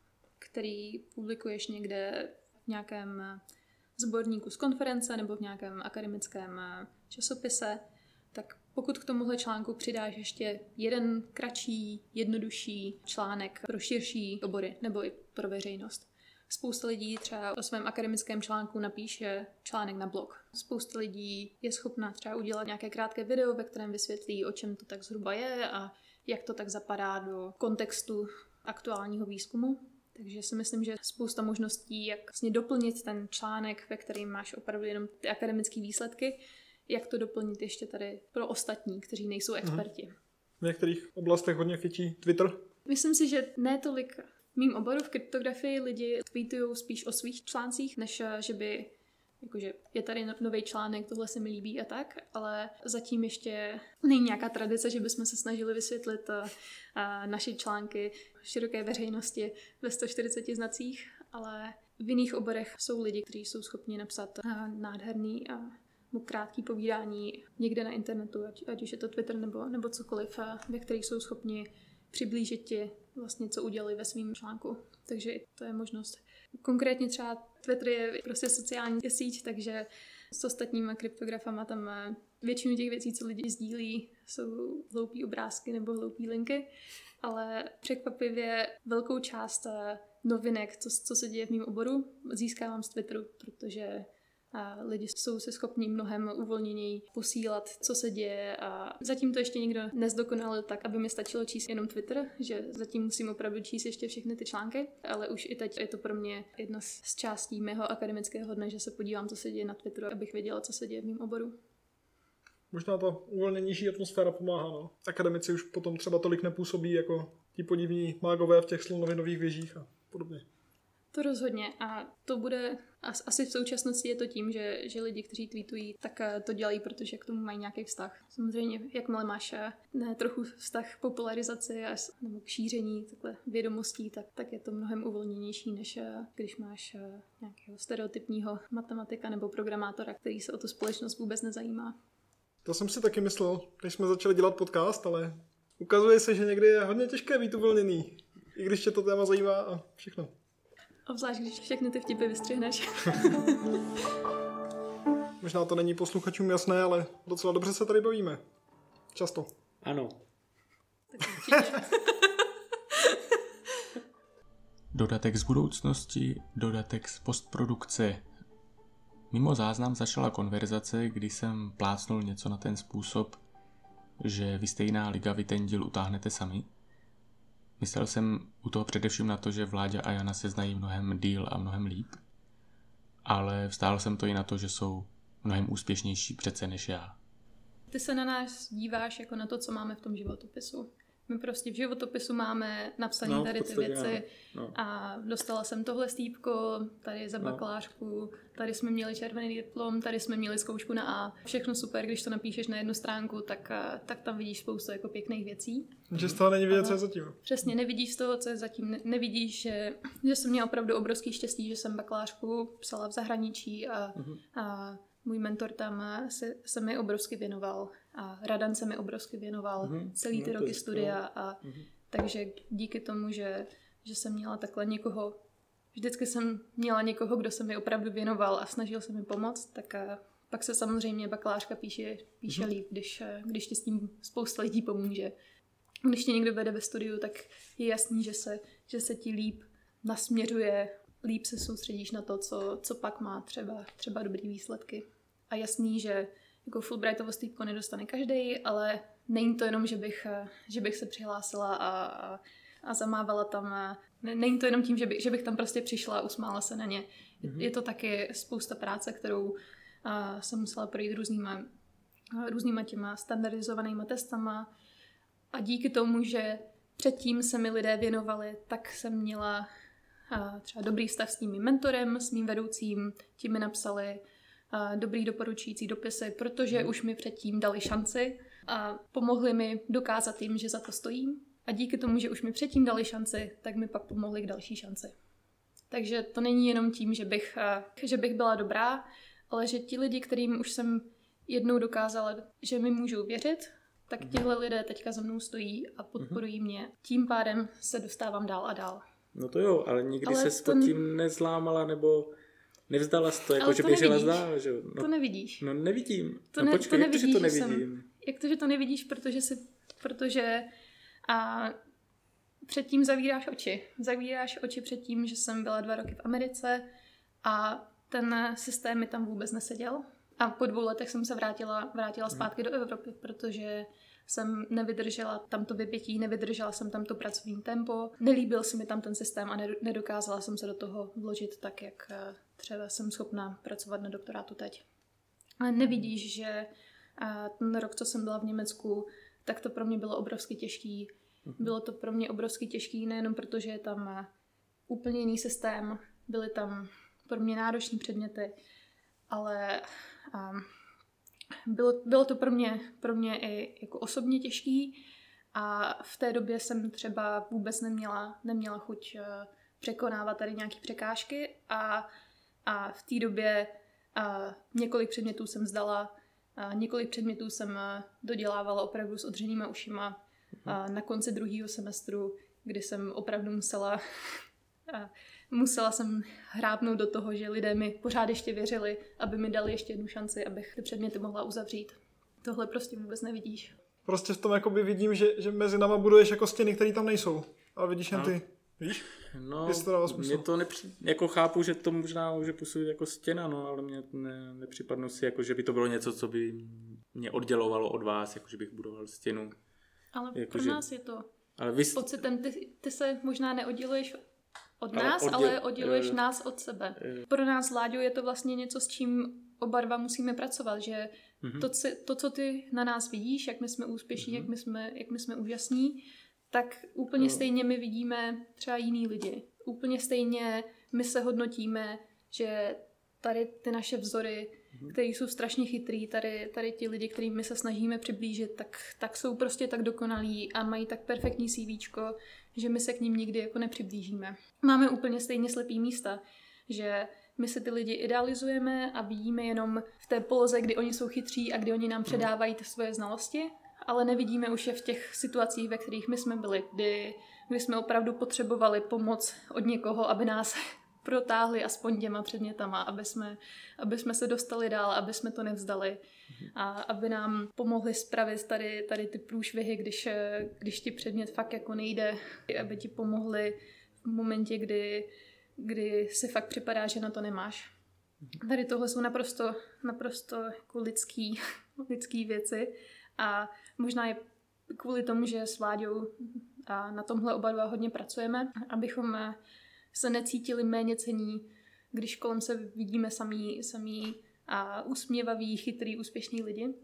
který publikuješ někde v nějakém sborníku z konference nebo v nějakém akademickém časopise, tak pokud k tomuhle článku přidáš ještě jeden kratší, jednodušší článek pro širší obory nebo i pro veřejnost. Spousta lidí třeba o svém akademickém článku napíše článek na blog. Spousta lidí je schopná třeba udělat nějaké krátké video, ve kterém vysvětlí, o čem to tak zhruba je a jak to tak zapadá do kontextu aktuálního výzkumu. Takže si myslím, že spousta možností, jak vlastně doplnit ten článek, ve kterém máš opravdu jenom ty akademické výsledky, jak to doplnit ještě tady pro ostatní, kteří nejsou experti. V některých oblastech hodně chytí Twitter. Myslím si, že ne tolik v mým oboru v kryptografii lidi tweetují spíš o svých článcích, než že by, jakože je tady nový článek, tohle se mi líbí a tak, ale zatím ještě není nějaká tradice, že bychom se snažili vysvětlit naše články široké veřejnosti ve 140 znacích, ale v jiných oborech jsou lidi, kteří jsou schopni napsat nádherný a krátký povídání někde na internetu, ať už je to Twitter nebo cokoliv, ve kterých jsou schopni přiblížit ti vlastně, co udělali ve svém článku. Takže to je možnost. Konkrétně třeba Twitter je prostě sociální síť, takže s ostatníma kryptografama tam většinu těch věcí, co lidi sdílí, jsou hloupý obrázky nebo hloupý linky, ale překvapivě velkou část novinek, co se děje v mém oboru, získávám z Twitteru, protože lidi jsou si schopni mnohem uvolněněji posílat, co se děje a zatím to ještě nikdo nezdokonalil tak, aby mi stačilo číst jenom Twitter, že zatím musím opravdu číst ještě všechny ty články, ale už i teď je to pro mě jedna z částí mého akademického dne, že se podívám, co se děje na Twitteru, abych věděla, co se děje v mém oboru. Možná ta uvolněnější atmosféra pomáhá, no. Akademici už potom třeba tolik nepůsobí jako ti podivní mágové v těch slonovinových věžích a podobně. To rozhodně a to bude, asi v současnosti je to tím, že lidi, kteří tweetují, tak to dělají, protože k tomu mají nějaký vztah. Samozřejmě, jakmile máš trochu vztah k popularizaci nebo k šíření takhle vědomostí, tak je to mnohem uvolněnější, než když máš nějakého stereotypního matematika nebo programátora, který se o tu společnost vůbec nezajímá. To jsem si taky myslel, když jsme začali dělat podcast, ale ukazuje se, že někdy je hodně těžké být uvolněný, i když tě to téma zajímá a všechno. Obzvlášť, když všechny ty vtipy vystřihneš. Možná to není posluchačům jasné, ale docela dobře se tady bavíme. Často. Ano. Tak určitě. Dodatek z budoucnosti, dodatek z postprodukce. Mimo záznam začala konverzace, kdy jsem plácnul něco na ten způsob, že vy stejná liga, vy ten díl utáhnete sami. Myslel jsem u toho především na to, že Vláďa a Jana se znají mnohem díl a mnohem líp, ale vstál jsem to i na to, že jsou mnohem úspěšnější přece než já. Ty se na nás díváš jako na to, co máme v tom životopisu. My prostě v životopisu máme napsané tady ty věci a dostala jsem tohle stýpko, tady za bakalářku, tady jsme měli červený diplom, tady jsme měli zkoušku na A. Všechno super, když to napíšeš na jednu stránku, tak tam vidíš spoustu jako pěkných věcí. Že z toho není vidět, co je zatím. Přesně, nevidíš z toho, co je zatím. Nevidíš, že jsem měla opravdu obrovský štěstí, že jsem bakalářku psala v zahraničí a můj mentor tam se mi obrovsky věnoval a Radan se mi obrovsky věnoval celý ty roky studia a takže díky tomu, že jsem měla takhle někoho, vždycky jsem měla někoho, kdo se mi opravdu věnoval a snažil se mi pomoct, tak pak se samozřejmě bakalářka píše líp, když ti s tím spousta lidí pomůže. Když tě někdo vede ve studiu, tak je jasný, že se ti líp nasměřuje, líp se soustředíš na to, co pak má třeba dobrý výsledky. A jasný, že jako Fulbrightovo stýpko nedostane každý, ale není to jenom, že bych se přihlásila a zamávala tam. Není to jenom tím, že bych tam prostě přišla a usmála se na ně. Je to taky spousta práce, kterou jsem musela projít různýma těma standardizovanýma testama. A díky tomu, že předtím se mi lidé věnovali, tak jsem měla třeba dobrý vztah s tím mým mentorem, s mým vedoucím, ti mi napsali dobrý doporučující dopisy, protože už mi předtím dali šanci a pomohli mi dokázat jim, že za to stojím. A díky tomu, že už mi předtím dali šanci, tak mi pak pomohli k další šanci. Takže to není jenom tím, že bych byla dobrá, ale že ti lidi, kterým už jsem jednou dokázala, že mi můžou věřit, tak tihle lidé teďka za mnou stojí a podporují mě. Tím pádem se dostávám dál a dál. No to jo, ale nikdy se pod tím nezlámala nebo nevzdala jsi to, jako že běžela dál, že jo? No, to nevidíš. No nevidím. Počkej, jak to, že to nevidím? Jak to, že to nevidíš, protože předtím zavíráš oči. Zavíráš oči před tím, že jsem byla 2 roky v Americe a ten systém mi tam vůbec neseděl. A po 2 letech jsem se vrátila zpátky do Evropy, protože jsem nevydržela tam to vypětí, nevydržela jsem tam to pracovní tempo, nelíbil se mi tam ten systém a nedokázala jsem se do toho vložit tak, jak třeba jsem schopná pracovat na doktorátu teď. Ale nevidíš, že ten rok, co jsem byla v Německu, tak to pro mě bylo obrovsky těžký. Bylo to pro mě obrovsky těžký nejenom proto, že je tam úplně jiný systém, byly tam pro mě náročné předměty, ale bylo to pro mě i jako osobně těžký a v té době jsem třeba vůbec neměla chuť překonávat tady nějaké překážky a v té době několik předmětů jsem vzdala, několik předmětů jsem dodělávala opravdu s odřenýma ušima na konci 2. semestru, kdy jsem opravdu musela jsem hrábnout do toho, že lidé mi pořád ještě věřili, aby mi dali ještě jednu šanci, abych ty předměty mohla uzavřít. Tohle prostě vůbec nevidíš. Prostě v tom jakoby vidím, že mezi náma buduješ jako stěny, které tam nejsou. Ale vidíš jen ty. Víš? No, mě to jako chápu, že to možná může působit jako stěna, no, ale mě nepřipadnu si, jako, že by to bylo něco, co by mě oddělovalo od vás, jako že bych budoval stěnu. Ale jako, pro nás je to ale pocitem, ty se možná neodděluješ od nás, ale odděluješ nás od sebe. Pro nás, Láďo, je to vlastně něco, s čím oba dva musíme pracovat, že to, co ty na nás vidíš, jak my jsme úspěšní, jak my jsme úžasní, tak úplně stejně my vidíme třeba jiný lidi. Úplně stejně my se hodnotíme, že tady ty naše vzory, které jsou strašně chytrý, tady ti lidi, kterým my se snažíme přiblížit, tak jsou prostě tak dokonalí a mají tak perfektní CVčko, že my se k ním nikdy jako nepřiblížíme. Máme úplně stejně slepý místa, že my se ty lidi idealizujeme a vidíme jenom v té poloze, kdy oni jsou chytří a kdy oni nám předávají ty svoje znalosti, ale nevidíme už je v těch situacích, ve kterých my jsme byli, kdy jsme opravdu potřebovali pomoc od někoho, aby nás protáhli aspoň těma předmětama, aby jsme se dostali dál, aby jsme to nevzdali a aby nám pomohli spravit tady ty průšvihy, když ti předmět fakt jako nejde, aby ti pomohli v momentě, kdy si fakt připadá, že na to nemáš. Tady tohle jsou naprosto jako lidský věci a možná je kvůli tomu, že s Vláďou a na tomhle oba dva hodně pracujeme, abychom se necítili méněcenní, když kolem se vidíme samý a usměvaví, chytrý, úspěšní lidi,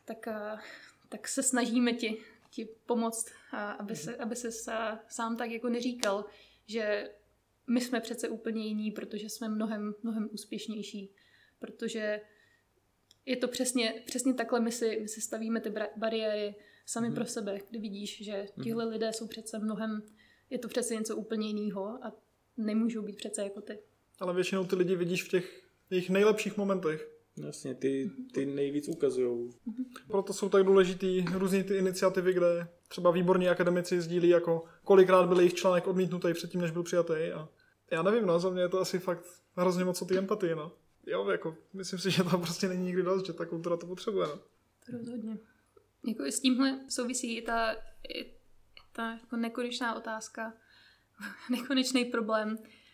tak se snažíme ti pomoct, aby se sám tak jako neříkal, že my jsme přece úplně jiní, protože jsme mnohem úspěšnější, protože je to přesně takhle, my si stavíme ty bariéry sami pro sebe, kdy vidíš, že tihle lidé jsou přece je to přece něco úplně jiného a nemůžou být přece jako ty. Ale většinou ty lidi vidíš v těch jejich nejlepších momentech. Jasně, ty nejvíc ukazujou. Proto jsou tak důležitý různý ty iniciativy, kde třeba výborní akademici sdílí, jako kolikrát byl jejich článek odmítnutý předtím, než byl přijatý. A já nevím, no, za mě je to asi fakt hrozně moc o té empatii, no. Jo, jako, myslím si, že to prostě není nikdy dost, že ta kultura to potřebuje, no. To rozhodně. Jako i s tímhle souvisí i ta jako nekonečná otázka, nekonečný problém.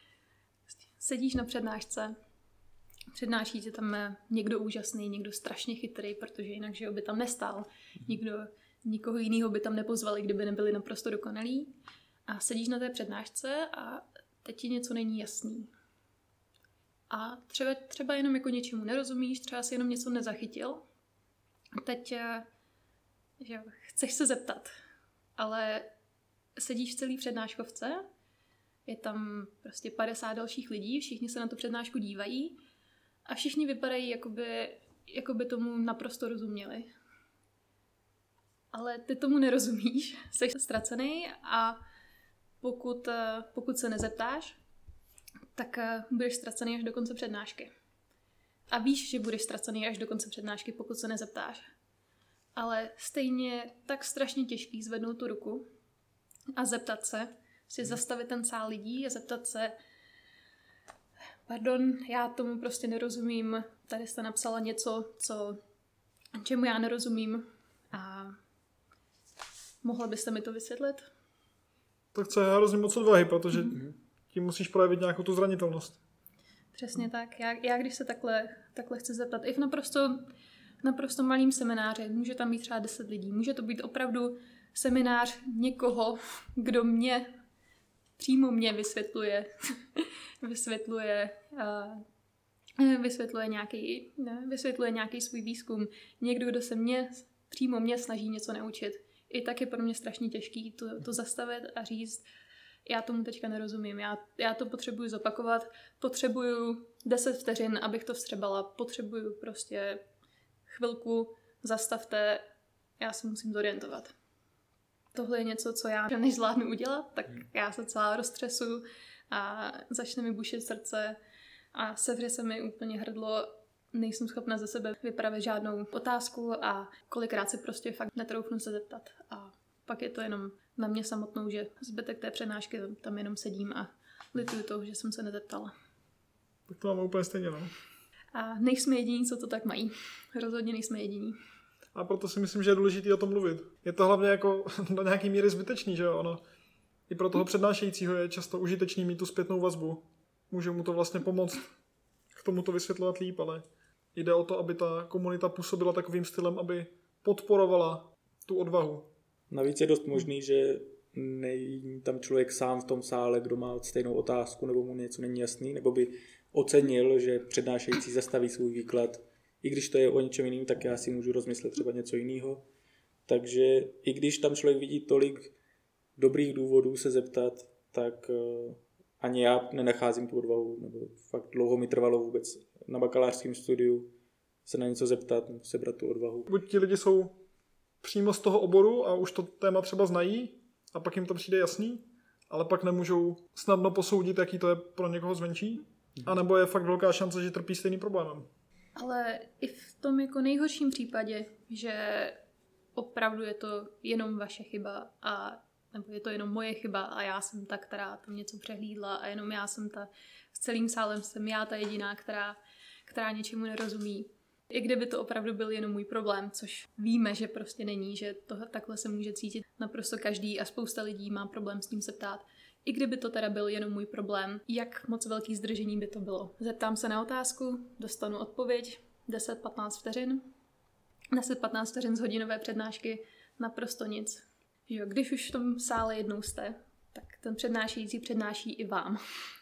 Sedíš na přednášce, přednáší tě tam někdo úžasný, někdo strašně chytrý, protože jinak, že by tam nestál. Nikoho jiného by tam nepozvali, kdyby nebyli naprosto dokonalí. A sedíš na té přednášce a teď ti něco není jasný. A třeba jenom jako něčemu nerozumíš, třeba si jenom něco nezachytil. A teď že chceš se zeptat, ale sedíš v celý přednáškovce, je tam prostě 50 dalších lidí, všichni se na tu přednášku dívají a všichni vypadají, jako by tomu naprosto rozuměli. Ale ty tomu nerozumíš, jsi ztracený a pokud se nezeptáš, tak budeš ztracený až do konce přednášky. A víš, že budeš ztracený až do konce přednášky, pokud se nezeptáš. Ale stejně tak strašně těžký zvednout tu ruku a zeptat se, si zastavit ten sál lidí a zeptat se, pardon, já tomu prostě nerozumím, tady jste napsala něco, čemu já nerozumím a mohla byste mi to vysvětlit? To chce hrozně moc odvahy, protože tím musíš projevit nějakou tu zranitelnost. Přesně tak. Já když se takhle chci zeptat, i v naprosto malým semináři, může tam být třeba 10 lidí, může to být opravdu seminář někoho, kdo přímo mě vysvětluje nějaký svůj výzkum. Někdo, kdo se přímo mě snaží něco naučit. I tak je pro mě strašně těžký to zastavit a říct, já tomu teďka nerozumím, já to potřebuji zopakovat, potřebuju 10 vteřin, abych to vstřebala, potřebuju prostě chvilku, zastavte, já se musím zorientovat. Tohle je něco, co já než zvládnu udělat, tak já se celá roztřesu a začne mi bušit srdce a sevře se mi úplně hrdlo, nejsem schopna ze sebe vypravit žádnou otázku a kolikrát si prostě fakt netroufnu se zeptat. A pak je to jenom na mě samotnou, že zbytek té přednášky tam jenom sedím a lituju toho, že jsem se nezeptala. Tak to máme úplně stejně, no. A nejsme jediní, co to tak mají. Rozhodně nejsme jediní. A proto si myslím, že je důležité o tom mluvit. Je to hlavně jako do nějaký míry zbytečný, že jo? Ono i pro toho přednášejícího je často užitečný mít tu zpětnou vazbu. Může mu to vlastně pomoct k tomu to vysvětlovat líp, ale jde o to, aby ta komunita působila takovým stylem, aby podporovala tu odvahu. Navíc je dost možný, že není tam člověk sám v tom sále, kdo má stejnou otázku, nebo mu něco není jasný, nebo by ocenil, že přednášející zastaví svůj výklad. I když to je o něčem jiným, tak já si můžu rozmyslet třeba něco jiného. Takže i když tam člověk vidí tolik dobrých důvodů se zeptat, tak ani já nenacházím tu odvahu, nebo fakt dlouho mi trvalo vůbec na bakalářském studiu se na něco zeptat, nebo sebrat tu odvahu. Buď ti lidi jsou přímo z toho oboru a už to téma třeba znají a pak jim to přijde jasný, ale pak nemůžou snadno posoudit, jaký to je pro někoho zvenčí, anebo je fakt velká šance, že trpí stejným problémem. Ale i v tom jako nejhorším případě, že opravdu je to jenom vaše chyba nebo je to jenom moje chyba a já jsem ta, která tam něco přehlídla a jenom já jsem ta, s celým sálem jsem já ta jediná, která něčemu nerozumí. I kdyby to opravdu byl jenom můj problém, což víme, že prostě není, že takhle se může cítit naprosto každý a spousta lidí má problém s tím se ptát. I kdyby to teda byl jenom můj problém, jak moc velký zdržení by to bylo. Zeptám se na otázku, dostanu odpověď, 10-15 vteřin. 10-15 vteřin z hodinové přednášky, naprosto nic. Jo, když už v tom sále jednou jste, tak ten přednášející přednáší i vám.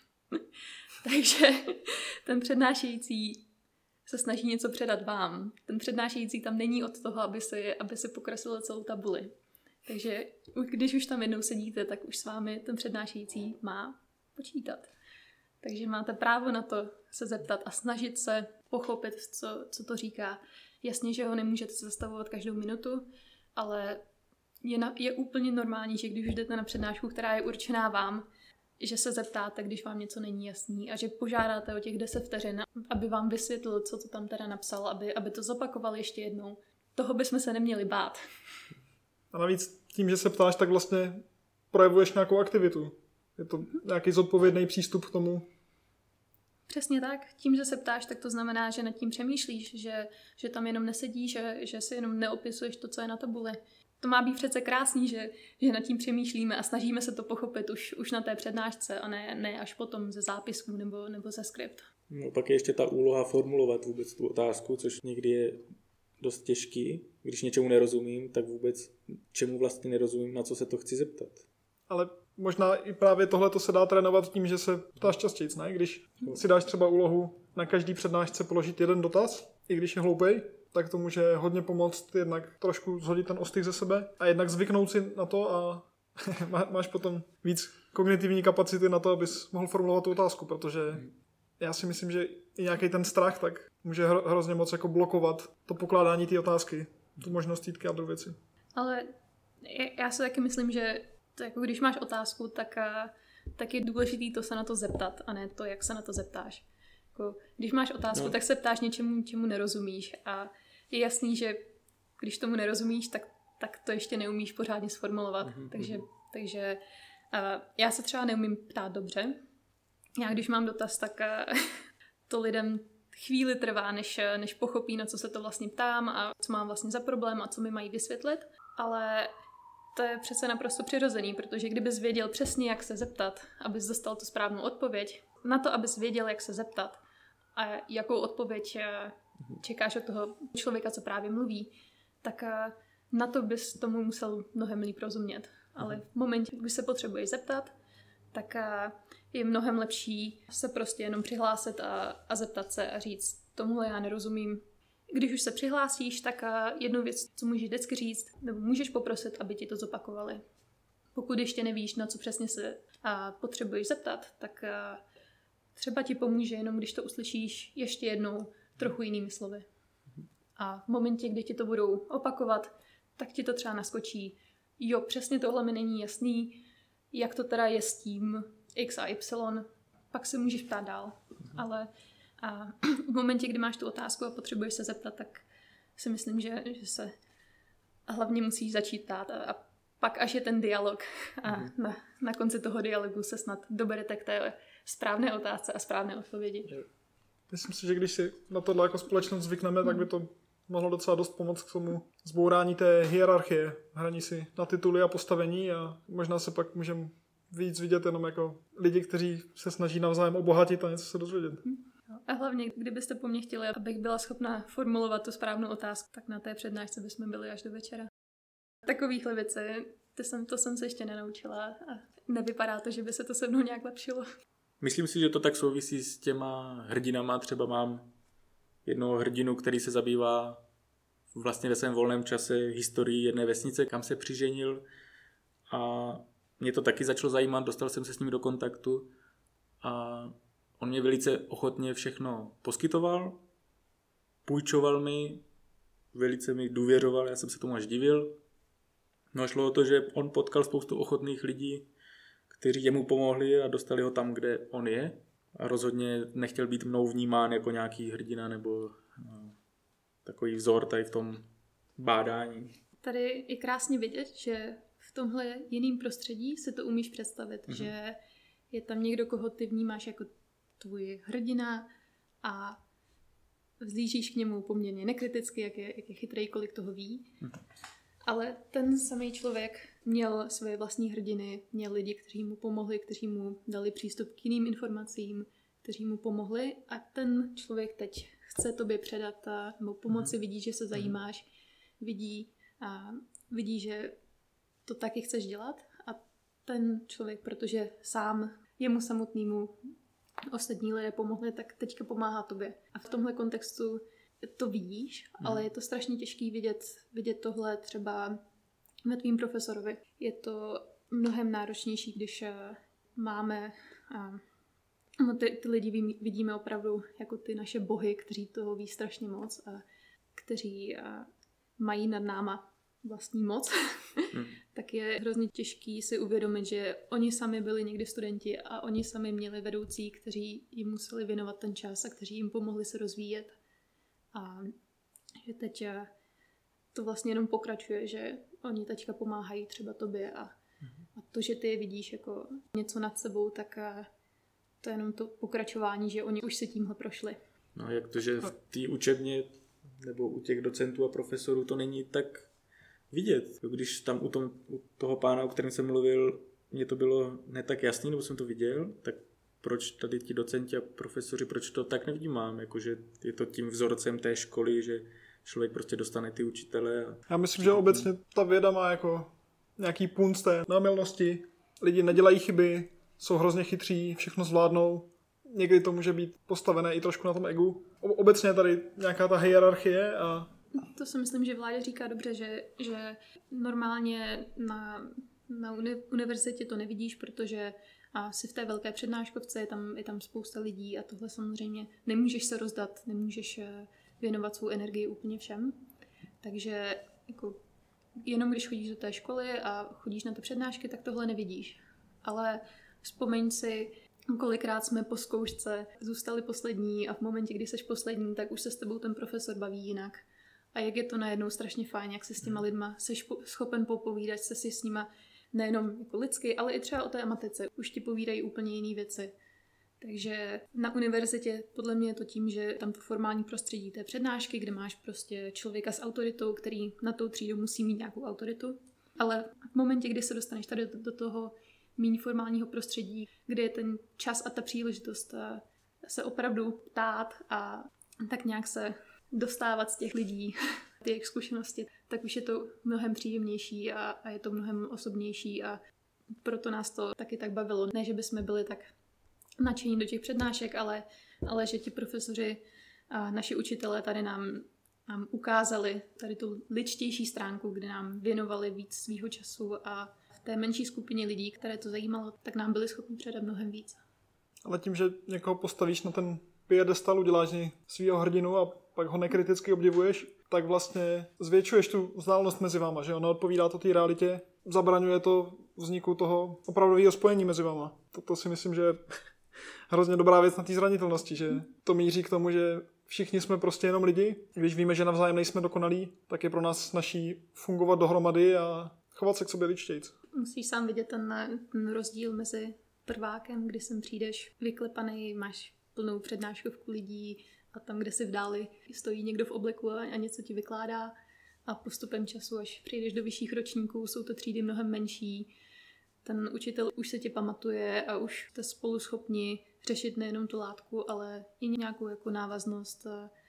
Takže ten přednášející se snaží něco předat vám. Ten přednášející tam není od toho, aby si pokreslil celou tabuli. Takže když už tam jednou sedíte, tak už s vámi ten přednášející má počítat. Takže máte právo na to se zeptat a snažit se pochopit, co to říká. Jasně, že ho nemůžete zastavovat každou minutu, ale je úplně normální, že když už jdete na přednášku, která je určená vám, že se zeptáte, když vám něco není jasný a že požádáte o těch 10 vteřin, aby vám vysvětlil, co to tam teda napsal, aby to zopakoval ještě jednou. Toho bychom se neměli bát. A navíc tím, že se ptáš, tak vlastně projevuješ nějakou aktivitu. Je to nějaký zodpovědný přístup k tomu. Přesně tak. Tím, že se ptáš, tak to znamená, že nad tím přemýšlíš, že tam jenom nesedíš, že si jenom neopisuješ to, co je na tabuli. To má být přece krásný, že nad tím přemýšlíme a snažíme se to pochopit už na té přednášce a ne až potom ze zápisků nebo ze skript. No, pak je ještě ta úloha formulovat vůbec tu otázku, což někdy je dost těžký. Když něčemu nerozumím, tak vůbec čemu vlastně nerozumím, na co se to chci zeptat. Ale možná i právě tohle se dá trénovat tím, že se ptáš častěji, ne? Když si dáš třeba úlohu na každý přednášce položit jeden dotaz, i když je hloupej, tak to může hodně pomoct jednak trošku zhodit ten ostych ze sebe a jednak zvyknout si na to a máš potom víc kognitivní kapacity na to, abys mohl formulovat tu otázku, protože já si myslím, že i nějaký ten strach tak může hrozně moc jako blokovat to pokládání té otázky, tu možnost jít k jádru věci. Ale já si taky myslím, že to jako když máš otázku, tak je důležitý to se na to zeptat a ne to, jak se na to zeptáš. Jako, když máš otázku, tak se ptáš něčemu, čemu nerozumíš a je jasný, že když tomu nerozumíš, tak to ještě neumíš pořádně sformulovat. Takže já se třeba neumím ptát dobře. Já když mám dotaz, tak to lidem chvíli trvá, než pochopí, na co se to vlastně ptám a co mám vlastně za problém a co mi mají vysvětlit. Ale to je přece naprosto přirozený, protože kdybys věděl přesně, jak se zeptat, abys dostal tu správnou odpověď, na to, abys věděl, jak se zeptat a jakou odpověď čekáš od toho člověka, co právě mluví, tak na to bys tomu musel mnohem líp rozumět. Ale v momentě, kdy se potřebuješ zeptat, tak je mnohem lepší se prostě jenom přihlásit a zeptat se a říct, tomuhle já nerozumím. Když už se přihlásíš, tak jednu věc, co můžeš vždycky říct, nebo můžeš poprosit, aby ti to zopakovali. Pokud ještě nevíš, na co přesně se potřebuješ zeptat, tak třeba ti pomůže jenom, když to uslyšíš ještě jednou trochu jinými slovy. A v momentě, kdy ti to budou opakovat, tak ti to třeba naskočí. Jo, přesně tohle mi není jasný, jak to teda je s tím X a Y, pak se můžeš ptát dál. Ale v momentě, kdy máš tu otázku a potřebuješ se zeptat, tak si myslím, že se hlavně musíš začít ptát a pak až je ten dialog a na konci toho dialogu se snad doberete k té správné otázce a správné odpovědi. Myslím si, že když si na tohle jako společnost zvykneme, tak by to mohlo docela dost pomoct k tomu zbourání té hierarchie, hraní si na tituly a postavení a možná se pak můžeme víc vidět jenom jako lidi, kteří se snaží navzájem obohatit a něco se dozvědět. A hlavně, kdybyste po mně chtěli, abych byla schopna formulovat tu správnou otázku, tak na té přednášce bychom byli až do večera. Takovýchhle věcí, to jsem se ještě nenaučila a nevypadá to, že by se to se mnou nějak lepšilo. Myslím si, že to tak souvisí s těma hrdinama. Třeba mám jednoho hrdinu, který se zabývá vlastně ve svém volném čase historií jedné vesnice, kam se přiženil a mě to taky začalo zajímat, dostal jsem se s ním do kontaktu a on mě velice ochotně všechno poskytoval, půjčoval mi, velice mi důvěřoval, já jsem se tomu až divil. No a šlo o to, že on potkal spoustu ochotných lidí, kteří jemu pomohli a dostali ho tam, kde on je. A rozhodně nechtěl být mnou vnímán jako nějaký hrdina nebo takový vzor tady v tom bádání. Tady je krásně vidět, že v tomhle jiném prostředí si to umíš představit, že je tam někdo, koho ty vnímáš jako tvůj hrdina a vzlížíš k němu poměrně nekriticky, jak je chytrý, kolik toho ví. Ale ten samý člověk měl svoje vlastní hrdiny, měl lidi, kteří mu pomohli, kteří mu dali přístup k jiným informacím, kteří mu pomohli a ten člověk teď chce tobě předat nebo pomoci, vidí, že se zajímáš, vidí, že to taky chceš dělat a ten člověk, protože sám jemu samotnému ostatní lidé pomohli, tak teďka pomáhá tobě. A v tomhle kontextu to vidíš, ale je to strašně těžký vidět tohle třeba ve tvým profesorovi. Je to mnohem náročnější, když máme ty lidi vidíme opravdu jako ty naše bohy, kteří toho ví strašně moc a kteří mají nad náma vlastní moc, tak je hrozně těžký si uvědomit, že oni sami byli někdy studenti a oni sami měli vedoucí, kteří jim museli věnovat ten čas a kteří jim pomohli se rozvíjet. A že teď to vlastně jenom pokračuje, že oni teďka pomáhají třeba tobě a to, že ty je vidíš jako něco nad sebou, tak to je jenom to pokračování, že oni už si tímhle prošli. No jak to, že v té učebně nebo u těch docentů a profesorů to není tak vidět. Když tam u toho pána, o kterém jsem mluvil, mně to bylo ne tak jasný, nebo jsem to viděl, tak proč tady ti docenti a profesoři, proč to tak nevnímám, jakože je to tím vzorcem té školy, že člověk prostě dostane ty učitele. Já myslím, že obecně ta věda má jako nějaký punc té námylnosti. Lidi nedělají chyby, jsou hrozně chytří, všechno zvládnou. Někdy to může být postavené i trošku na tom egu. Obecně je tady nějaká ta hierarchie a... To si myslím, že Vláďa říká dobře, že normálně na univerzitě to nevidíš, protože jsi v té velké přednáškovce, je tam spousta lidí a tohle samozřejmě nemůžeš se rozdat, nemůžeš věnovat svou energii úplně všem. Takže jako, jenom když chodíš do té školy a chodíš na ty přednášky, tak tohle nevidíš. Ale vzpomeň si, kolikrát jsme po zkoušce zůstali poslední a v momentě, kdy jsi poslední, tak už se s tebou ten profesor baví jinak. A jak je to najednou strašně fajn, jak se s těma lidma jsi schopen popovídat, se si s nima nejenom jako lidsky, ale i třeba o té tematice. Už ti povídají úplně jiné věci. Takže na univerzitě podle mě je to tím, že tam to formální prostředí té přednášky, kde máš prostě člověka s autoritou, který na tou třídu musí mít nějakou autoritu. Ale v momentě, kdy se dostaneš tady do toho méně formálního prostředí, kde je ten čas a ta příležitost se opravdu ptát a tak nějak se dostávat z těch lidí, ty jejich zkušenosti, tak už je to mnohem příjemnější a je to mnohem osobnější a proto nás to taky tak bavilo. Ne, že bychom byli tak nadšení do těch přednášek, ale že ti profesoři a naši učitelé tady nám ukázali tady tu lidštější stránku, kde nám věnovali víc svýho času a v té menší skupině lidí, které to zajímalo, tak nám byli schopni předat mnohem víc. Ale tím, že někoho postavíš na ten piedestal, uděláš z něj svýho hrdinu a pak ho nekriticky obdivuješ, tak vlastně zvětšuješ tu vzdálenost mezi váma, že ono odpovídá to té realitě, zabraňuje to vzniku toho opravdového spojení mezi váma. To si myslím, že je hrozně dobrá věc na té zranitelnosti, že to míří k tomu, že všichni jsme prostě jenom lidi. Když víme, že navzájem nejsme dokonalí, tak je pro nás snaží fungovat dohromady a chovat se k sobě lidštějc. Musíš sám vidět ten rozdíl mezi prvákem, kdy sem přijdeš vyklepaný, máš plnou přednáškovku lidí a tam, kde si v dáli stojí někdo v obleku a něco ti vykládá a postupem času, až přijdeš do vyšších ročníků, jsou to třídy mnohem menší. Ten učitel už se tě pamatuje a už jste spolu schopni řešit nejenom tu látku, ale i nějakou jako návaznost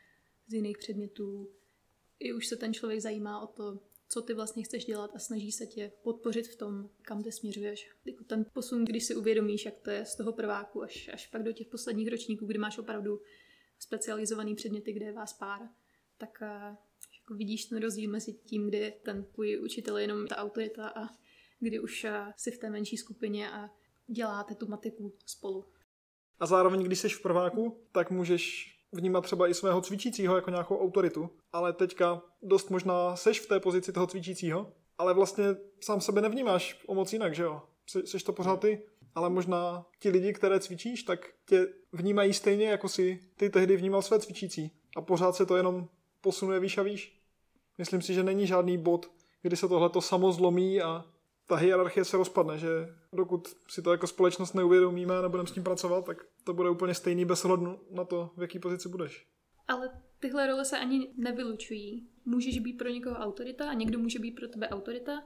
z jiných předmětů. I už se ten člověk zajímá o to, co ty vlastně chceš dělat a snaží se tě podpořit v tom, kam ty směřuješ. Jako ten posun, když si uvědomíš, jak to je z toho prváku až pak do těch posledních ročníků, kdy máš opravdu specializovaný předměty, kde je vás pár, tak jako vidíš ten rozdíl mezi tím, kdy ten tvůj učitel je jenom ta autorita a kdy už jsi v té menší skupině a děláte tu matiku spolu. A zároveň, když jsi v prváku, tak můžeš vnímat třeba i svého cvičícího jako nějakou autoritu, ale teďka dost možná seš v té pozici toho cvičícího, ale vlastně sám sebe nevnímáš o moc jinak, že jo? Seš to pořád ty, ale možná ti lidi, které cvičíš, tak tě vnímají stejně, jako si ty tehdy vnímal své cvičící. A pořád se to jenom posunuje výš a výš. Myslím si, že není žádný bod, kdy se tohleto samo zlomí a ta hierarchie se rozpadne, že dokud si to jako společnost neuvědomíme a nebudeme s tím pracovat, tak to bude úplně stejný bez ohledu na to, v jaký pozici budeš. Ale tyhle role se ani nevylučují. Můžeš být pro někoho autorita a někdo může být pro tebe autorita,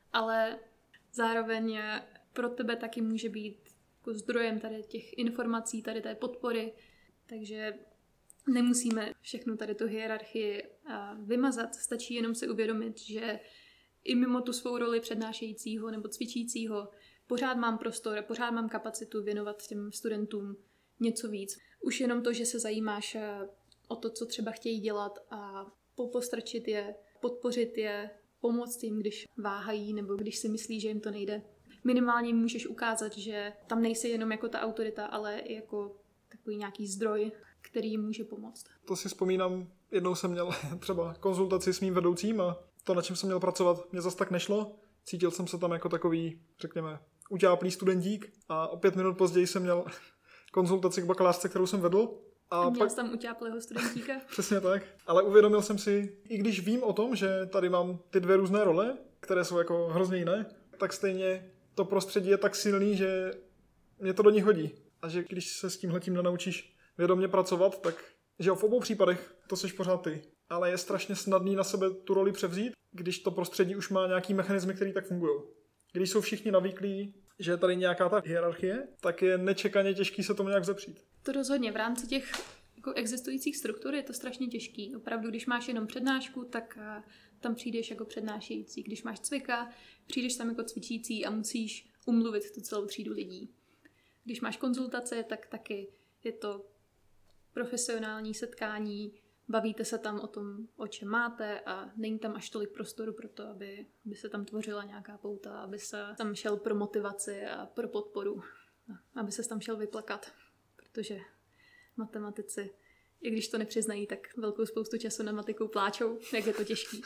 ale zároveň pro tebe taky může být jako zdrojem tady těch informací, tady té podpory, takže nemusíme všechnu tady tu hierarchii vymazat, stačí jenom si uvědomit, že i mimo tu svou roli přednášejícího nebo cvičícího pořád mám prostor, pořád mám kapacitu věnovat těm studentům něco víc. Už jenom to, že se zajímáš o to, co třeba chtějí dělat a postrčit je, podpořit je, pomoct jim, když váhají nebo když si myslí, že jim to nejde. Minimálně můžeš ukázat, že tam nejsi jenom jako ta autorita, ale i jako takový nějaký zdroj, který jim může pomoct. To si vzpomínám, jednou jsem měl třeba konzultaci s mým vedoucím a to, na čem jsem měl pracovat, mě zas tak nešlo. Cítil jsem se tam jako takový, řekněme, utáplý studentík a o 5 minut později jsem měl konzultaci k bakalářce, kterou jsem vedl. A měl jsi tam utáplého studentíka? Přesně tak. Ale uvědomil jsem si, i když vím o tom, že tady mám ty 2 různé role, které jsou jako hrozně jiné, tak stejně to prostředí je tak silný, že mě to do nich hodí. A že když se s tímhletím nenaučíš vědomě pracovat, tak že v obou případech to seš pořád ty. Ale je strašně snadný na sebe tu roli převzít, když to prostředí už má nějaký mechanismy, který tak fungují. Když jsou všichni navyklí, že je tady nějaká ta hierarchie, tak je nečekaně těžký se tomu nějak vzepřít. To rozhodně. V rámci těch jako existujících struktur je to strašně těžký. Opravdu, když máš jenom přednášku, tak tam přijdeš jako přednášející. Když máš cvika, přijdeš tam jako cvičící a musíš umluvit tu celou třídu lidí. Když máš konzultace, tak taky je to profesionální setkání, bavíte se tam o tom, o čem máte a není tam až tolik prostoru pro to, aby se tam tvořila nějaká pouta, aby se tam šel pro motivaci a pro podporu, aby se tam šel vyplakat, protože matematici, i když to nepřiznají, tak velkou spoustu času na matiku pláčou, jak je to těžký.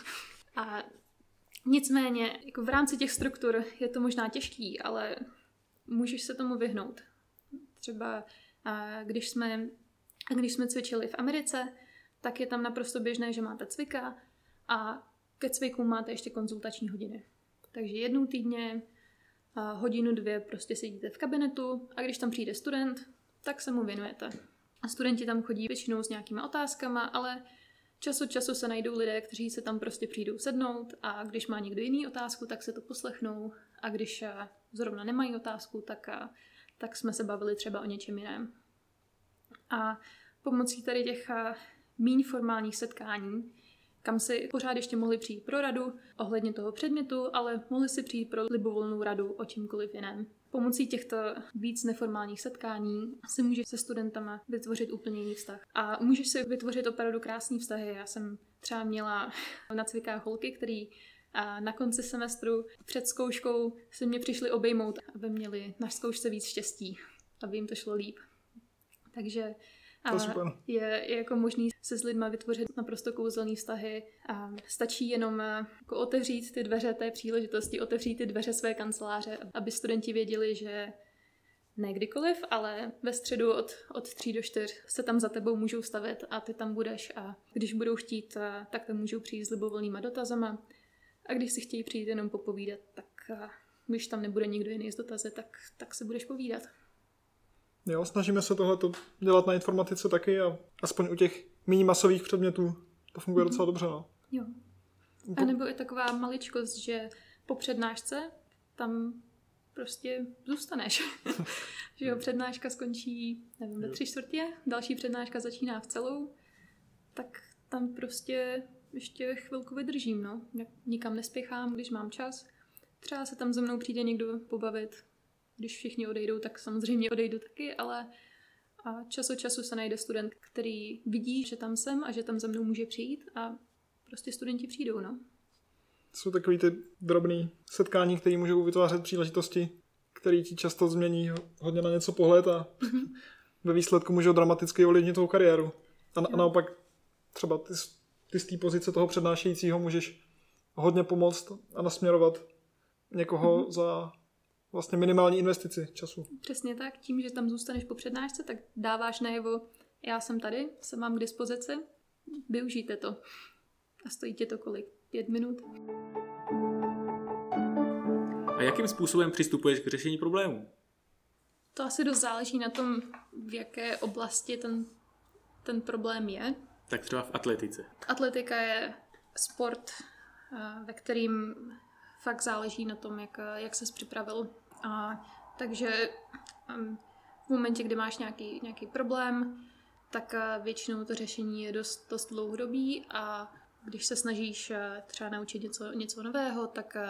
A nicméně, jako v rámci těch struktur je to možná těžký, ale můžeš se tomu vyhnout. Třeba když jsme cvičili v Americe, tak je tam naprosto běžné, že máte cvika a ke cviku máte ještě konzultační hodiny. Takže jednou týdně, hodinu, 2 prostě sedíte v kabinetu a když tam přijde student, tak se mu věnujete. A studenti tam chodí většinou s nějakýma otázkama, ale čas od času se najdou lidé, kteří se tam prostě přijdou sednout a když má někdo jiný otázku, tak se to poslechnou a když zrovna nemají otázku, tak jsme se bavili třeba o něčem jiném. A pomocí tady těch míň formálních setkání, kam si pořád ještě mohli přijít pro radu ohledně toho předmětu, ale mohli si přijít pro libovolnou radu o čímkoliv jiném. Pomocí těchto víc neformálních setkání si můžeš se studentama vytvořit úplně jiný vztah. A můžeš si vytvořit opravdu krásný vztahy. Já jsem třeba měla na cvikách holky, který na konci semestru před zkouškou si mě přišli obejmout, aby měli na zkoušce víc štěstí, aby jim to šlo líp. Takže je jako možný se s lidma vytvořit naprosto kouzelný vztahy a stačí jenom jako otevřít ty dveře té příležitosti, otevřít ty dveře své kanceláře, aby studenti věděli, že ne kdykoliv, ale ve středu od 3 do 4 se tam za tebou můžou stavět a ty tam budeš a když budou chtít, tak tam můžou přijít s libovolnýma dotazama a když si chtějí přijít jenom popovídat, tak když tam nebude nikdo jiný z dotazy, tak se budeš povídat. Jo, snažíme se tohleto dělat na informatice taky a aspoň u těch méně masových předmětů to funguje docela dobře. No. Jo. A nebo i taková maličkost, že po přednášce tam prostě zůstaneš. Že jo, přednáška skončí, nevím, ve 3/4, další přednáška začíná v celou, tak tam prostě ještě chvilku vydržím, no. Nikam nespěchám, když mám čas. Třeba se tam ze mnou přijde někdo pobavit. Když všichni odejdou, tak samozřejmě odejdu taky, ale čas od času se najde student, který vidí, že tam jsem a že tam ze mnou může přijít a prostě studenti přijdou, no. Jsou takový ty drobný setkání, které můžou vytvářet příležitosti, které ti často změní hodně na něco pohled a ve výsledku můžou dramaticky ovlivnit tvou kariéru. A naopak třeba ty z té pozice toho přednášejícího můžeš hodně pomoct a nasměrovat někoho za vlastně minimální investici času. Přesně tak. Tím, že tam zůstaneš po přednášce, tak dáváš najevo, já jsem tady, jsem vám k dispozici, využijte to. A stojí tě to kolik? 5 minut? A jakým způsobem přistupuješ k řešení problémů? To asi dost záleží na tom, v jaké oblasti ten problém je. Tak třeba v atletice. Atletika je sport, ve kterým fakt záleží na tom, jak ses připravil. Takže v momentě, kdy máš nějaký problém, tak většinou to řešení je dost dlouhodobý a když se snažíš třeba naučit něco nového,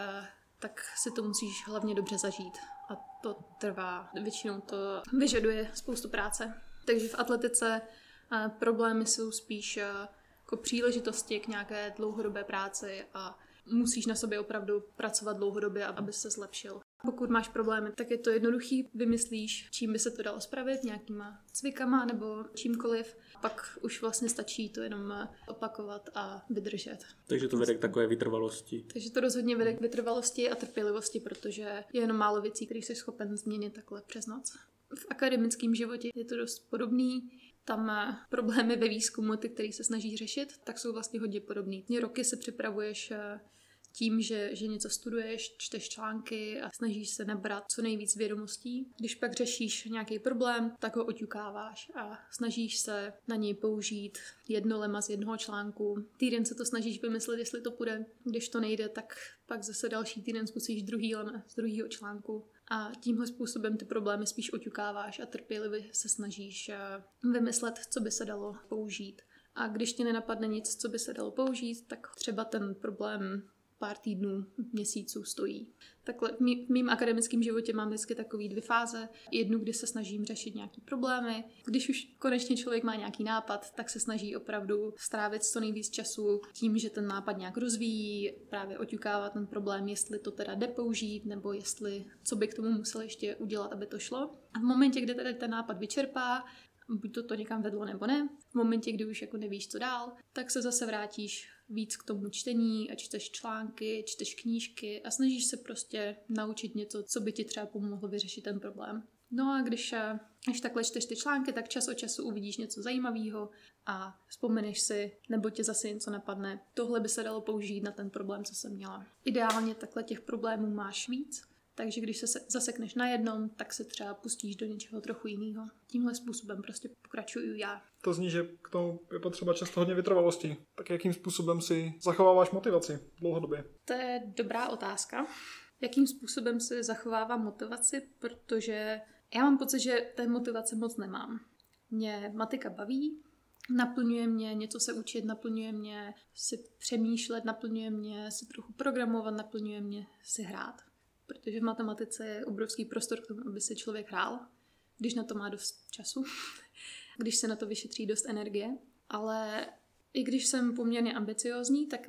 tak si to musíš hlavně dobře zažít. A to trvá. Většinou to vyžaduje spoustu práce. Takže v atletice problémy jsou spíš jako příležitosti k nějaké dlouhodobé práci a musíš na sobě opravdu pracovat dlouhodobě, aby se zlepšil. Pokud máš problémy, tak je to jednoduchý, vymyslíš, čím by se to dalo spravit, nějakýma cvikama nebo čímkoliv. Pak už vlastně stačí to jenom opakovat a vydržet. Takže to vede k takové vytrvalosti. Takže to rozhodně vede k vytrvalosti a trpělivosti, protože je jenom málo věcí, které jsi schopen změnit takhle přes noc. V akademickém životě je to dost podobný. Tam problémy ve výzkumu, ty, který se snaží řešit, tak jsou vlastně hodně podobný. Roky se připravuješ tím, že něco studuješ, čteš články a snažíš se nabrat co nejvíc vědomostí. Když pak řešíš nějaký problém, tak ho oťukáváš a snažíš se na něj použít jedno lema z jednoho článku. Týden se to snažíš vymyslet, jestli to půjde. Když to nejde, tak pak zase další týden zkusíš druhý lema z druhého článku. A tímhle způsobem ty problémy spíš oťukáváš a trpělivě se snažíš vymyslet, co by se dalo použít. A když ti nenapadne nic, co by se dalo použít, tak třeba ten problém pár týdnů, měsíců stojí. Takhle v mým akademickém životě mám vždycky takový 2 fáze. Jednu, kdy se snažím řešit nějaký problémy. Když už konečně člověk má nějaký nápad, tak se snaží opravdu strávit co nejvíc času tím, že ten nápad nějak rozvíjí, právě oťukávat ten problém, jestli to teda jde použít, nebo co by k tomu musel ještě udělat, aby to šlo. A v momentě, kdy teda ten nápad vyčerpá, buď to někam vedlo nebo ne, v momentě, kdy už jako nevíš, co dál, tak se zase vrátíš víc k tomu čtení a čteš články, čteš knížky a snažíš se prostě naučit něco, co by ti třeba pomohlo vyřešit ten problém. No a když takhle čteš ty články, tak čas od času uvidíš něco zajímavého a vzpomeneš si, nebo tě zase něco napadne. Tohle by se dalo použít na ten problém, co jsem měla. Ideálně takhle těch problémů máš víc, takže když se zasekneš na jednom, tak se třeba pustíš do něčeho trochu jiného. Tímhle způsobem prostě pokračuju já. To zní, že k tomu je potřeba často hodně vytrvalosti. Tak jakým způsobem si zachováváš motivaci dlouhodobě? To je dobrá otázka. Jakým způsobem si zachovávám motivaci, protože já mám pocit, že té motivace moc nemám. Mě matika baví, naplňuje mě něco se učit, naplňuje mě si přemýšlet, naplňuje mě si trochu programovat, naplňuje mě si hrát. Protože v matematice je obrovský prostor k tomu, aby se člověk hrál, když na to má dost času, když se na to vyšetří dost energie. Ale i když jsem poměrně ambiciózní, tak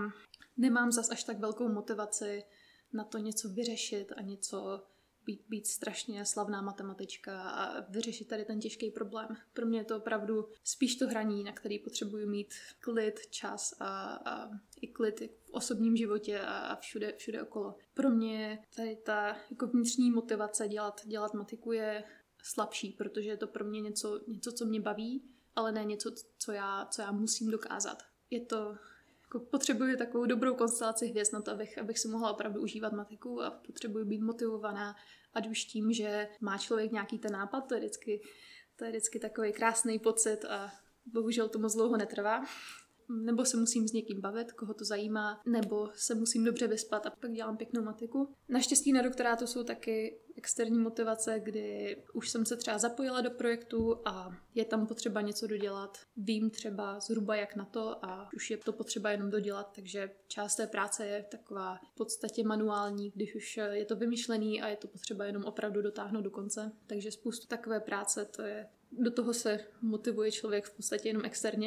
nemám zas až tak velkou motivaci na to něco vyřešit a něco být strašně slavná matematička a vyřešit tady ten těžký problém. Pro mě je to opravdu spíš to hraní, na který potřebuji mít klid, čas a i klid v osobním životě a všude okolo. Pro mě tady ta jako vnitřní motivace dělat matiku je slabší, protože je to pro mě něco, co mě baví, ale ne něco, co já musím dokázat. Je to potřebuji takovou dobrou konstelaci hvězd na to, abych si mohla opravdu užívat matiku a potřebuji být motivovaná, ať už tím, že má člověk nějaký ten nápad, to je vždycky takový krásný pocit a bohužel to moc dlouho netrvá. Nebo se musím s někým bavit, koho to zajímá, nebo se musím dobře vyspat a pak dělám pěknou matiku. Naštěstí na doktorátu jsou taky externí motivace, kdy už jsem se třeba zapojila do projektu a je tam potřeba něco dodělat. Vím třeba zhruba jak na to a už je to potřeba jenom dodělat, takže část té práce je taková v podstatě manuální, když už je to vymyšlený a je to potřeba jenom opravdu dotáhnout do konce. Takže spoustu takové práce, do toho se motivuje člověk v podstatě jenom externě.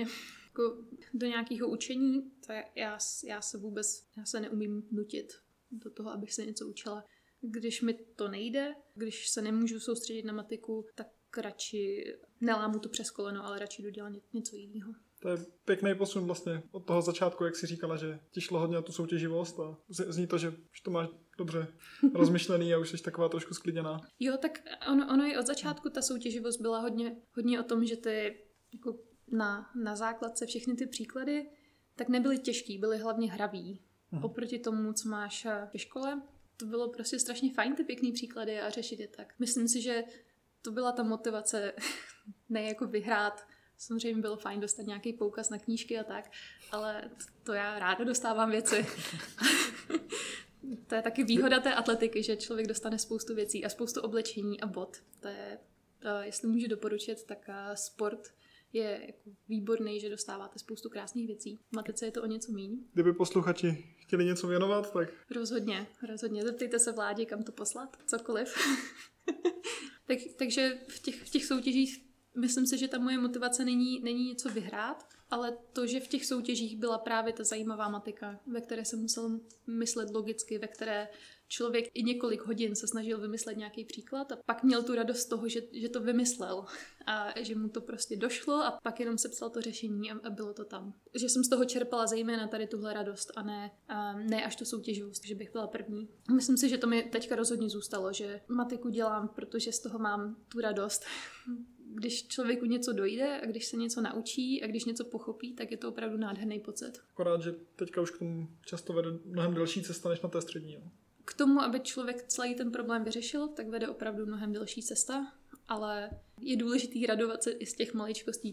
Do nějakého učení, to já se neumím nutit do toho, abych se něco učila. Když mi to nejde, když se nemůžu soustředit na matiku, tak radši nelámu to přes koleno, ale radši jdu dělat něco jiného. To je pěkný posun vlastně od toho začátku, jak jsi říkala, že ti šlo hodně o tu soutěživost a zní to, že už to máš dobře rozmyšlený a už jsi taková trošku sklidněná. Jo, tak ono i od začátku ta soutěživost byla hodně o tom, že ty jako na základce všechny ty příklady tak nebyly těžký, byly hlavně hravý. Oproti tomu, co máš ve škole, to bylo prostě strašně fajn ty pěkný příklady a řešit je tak. Myslím si, že to byla ta motivace ne jako vyhrát. Samozřejmě bylo fajn dostat nějaký poukaz na knížky a tak, ale to já ráda dostávám věci. To je taky výhoda té atletiky, že člověk dostane spoustu věcí a spoustu oblečení a bod. To je, jestli můžu doporučit, tak sport je jako výborný, že dostáváte spoustu krásných věcí. V matice je to o něco míň. Kdyby posluchači chtěli něco věnovat, tak... Rozhodně. Zeptejte se vládě, kam to poslat. Cokoliv. Takže v těch soutěžích myslím si, že ta moje motivace není něco vyhrát, ale to, že v těch soutěžích byla právě ta zajímavá matika, ve které jsem musel myslet logicky, ve které člověk i několik hodin se snažil vymyslet nějaký příklad a pak měl tu radost z toho, že to vymyslel a že mu to prostě došlo a pak jenom sepsal to řešení a bylo to tam. Že jsem z toho čerpala zejména tady tuhle radost a ne až tu soutěživost, že bych byla první. Myslím si, že to mi teďka rozhodně zůstalo, že matiku dělám, protože z toho mám tu radost. Když člověku něco dojde a když se něco naučí a když něco pochopí, tak je to opravdu nádherný pocit. Akorát, že teďka už k tomu často vede mnohem delší cesta než na té střední. Jo. K tomu, aby člověk celý ten problém vyřešil, tak vede opravdu mnohem delší cesta, ale je důležitý radovat se i z těch maličkostí,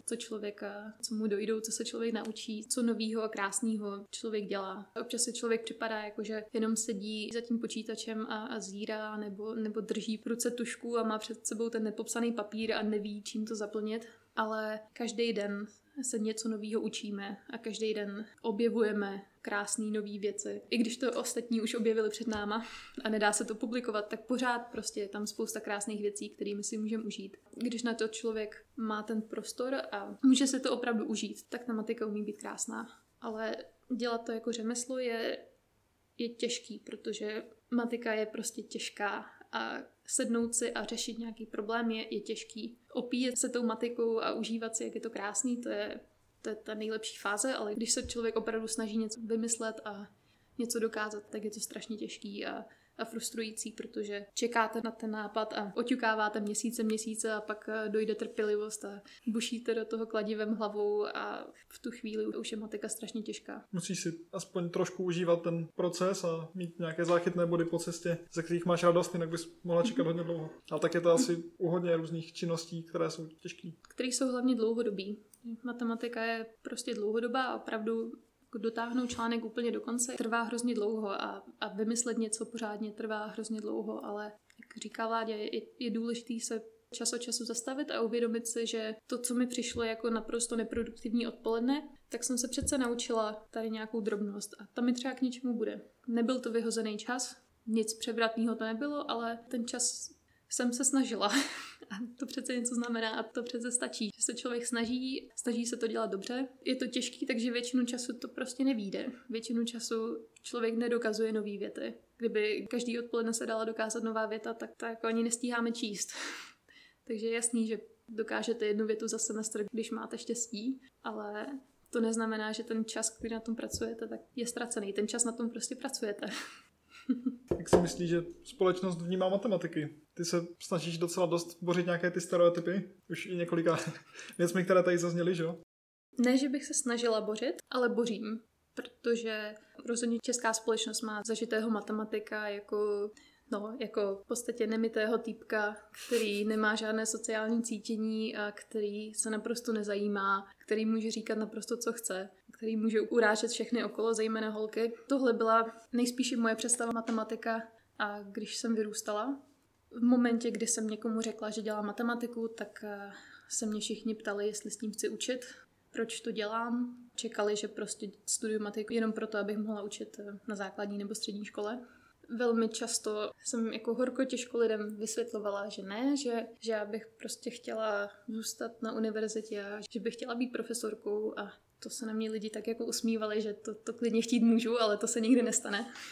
co mu dojdou, co se člověk naučí, co novýho a krásného člověk dělá. Občas se člověk připadá, jako že jenom sedí za tím počítačem a zírá nebo drží v ruce tušku a má před sebou ten nepopsaný papír a neví, čím to zaplnit. Ale každý den se něco nového učíme a každý den objevujeme krásné nové věci. I když to ostatní už objevili před náma a nedá se to publikovat, tak pořád prostě je tam spousta krásných věcí, kterými si můžeme užít. Když na to člověk má ten prostor a může se to opravdu užít, tak ta matika umí být krásná. Ale dělat to jako řemeslo je těžký, protože matika je prostě těžká a sednout si a řešit nějaký problém je těžký. Opíjet se tou matikou a užívat si, jak je to krásný, to je ta nejlepší fáze, ale když se člověk opravdu snaží něco vymyslet a něco dokázat, tak je to strašně těžký a frustrující, protože čekáte na ten nápad a oťukáváte měsíce a pak dojde trpělivost a bušíte do toho kladivem hlavou a v tu chvíli už je matika strašně těžká. Musíš si aspoň trošku užívat ten proces a mít nějaké záchytné body po cestě, ze kterých máš radost, jinak bys mohla čekat hodně dlouho. Ale tak je to asi u hodně různých činností, které jsou těžké. Které jsou hlavně dlouhodobý. Matematika je prostě dlouhodobá a opravdu dotáhnout článek úplně do konce trvá hrozně dlouho a vymyslet něco pořádně trvá hrozně dlouho, ale jak říká Vládě, je důležitý se čas od času zastavit a uvědomit si, že to, co mi přišlo jako naprosto neproduktivní odpoledne, tak jsem se přece naučila tady nějakou drobnost a ta mi třeba k něčemu bude. Nebyl to vyhozený čas, nic převratného to nebylo, ale ten čas jsem se snažila. A to přece něco znamená a to přece stačí. Že se člověk snaží se to dělat dobře. Je to těžký, takže většinu času to prostě nevyjde. Většinu času člověk nedokazuje nový věty. Kdyby každý odpoledne se dala dokázat nová věta, tak to jako ani nestíháme číst. Takže je jasný, že dokážete jednu větu za semestr, když máte štěstí, ale to neznamená, že ten čas, který na tom pracujete, tak je ztracený. Ten čas na tom prostě pracujete. Jak si myslíš, že společnost vnímá matematiky? Ty se snažíš docela dost bořit nějaké ty stereotypy? Už i několika věcmi, které tady zazněly, že jo? Ne, že bych se snažila bořit, ale bořím. Protože rozhodně česká společnost má zažitého matematika jako v podstatě nemitého týpka, který nemá žádné sociální cítění a který se naprosto nezajímá, který může říkat naprosto, co chce, který může urážet všechny okolo, zejména holky. Tohle byla nejspíše moje představa matematika a když jsem vyrůstala, v momentě, kdy jsem někomu řekla, že dělám matematiku, tak se mě všichni ptali, jestli s tím chci učit, proč to dělám. Čekali, že prostě studuju matiku jenom proto, abych mohla učit na základní nebo střední škole. Velmi často jsem jako horko těžko lidem vysvětlovala, že ne, že já bych prostě chtěla zůstat na univerzitě a že bych chtěla být profesorkou a to se na mě lidi tak jako usmívali, že to klidně chtít můžu, ale to se nikdy nestane.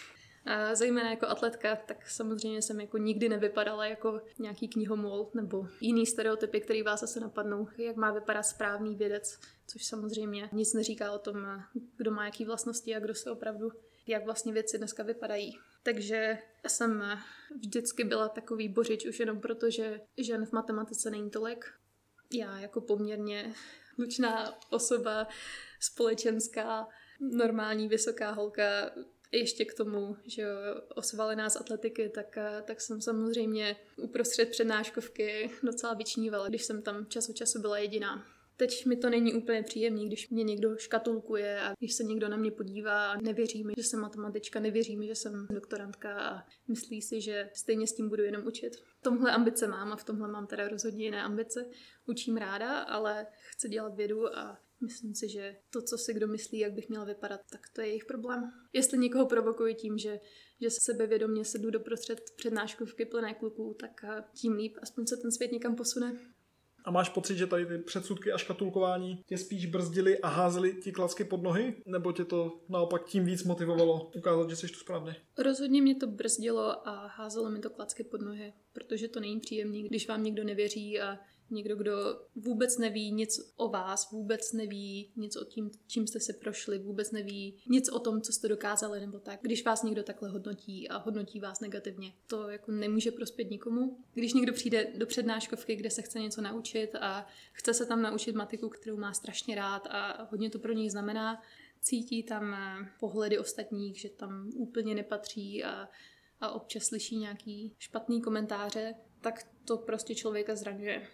A zejména jako atletka, tak samozřejmě jsem jako nikdy nevypadala jako nějaký knihomol nebo jiný stereotypy, který vás asi napadnou, jak má vypadat správný vědec, což samozřejmě nic neříká o tom, kdo má jaký vlastnosti a kdo se opravdu, jak vlastně věci dneska vypadají. Takže jsem vždycky byla takový bořič už jenom proto, že žen v matematice není tolik. Já jako poměrně hlučná osoba, společenská, normální vysoká holka, ještě k tomu, že osvalená z atletiky, tak jsem samozřejmě uprostřed přednáškovky docela vyčnívala, když jsem tam čas od času byla jediná. Teď mi to není úplně příjemný, když mě někdo škatulkuje a když se někdo na mě podívá a nevěří mi, že jsem matematička, nevěří mi, že jsem doktorantka a myslí si, že stejně s tím budu jenom učit. V tomhle ambice mám a v tomhle mám teda rozhodně jiné ambice. Učím ráda, ale chci dělat vědu a myslím si, že to, co si kdo myslí, jak bych měla vypadat, tak to je jejich problém. Jestli někoho provokuji tím, že sebevědomě se jdu doprostřed přednáškovky plné kluků, tak tím líp, aspoň se ten svět někam posune. A máš pocit, že tady ty předsudky a škatulkování tě spíš brzdily a házely ti klacky pod nohy? Nebo tě to naopak tím víc motivovalo ukázat, že jsi tu správně? Rozhodně mě to brzdilo a házelo mi to klacky pod nohy, protože to není příjemný, když vám někdo nevěří a někdo, kdo vůbec neví nic o vás, vůbec neví nic o tím, čím jste si prošli, vůbec neví nic o tom, co jste dokázali nebo tak. Když vás někdo takhle hodnotí a hodnotí vás negativně, to jako nemůže prospět nikomu. Když někdo přijde do přednáškovky, kde se chce něco naučit a chce se tam naučit matiku, kterou má strašně rád a hodně to pro něj znamená, cítí tam pohledy ostatních, že tam úplně nepatří a občas slyší nějaký špatný komentáře, tak to prostě člověka zraňuje.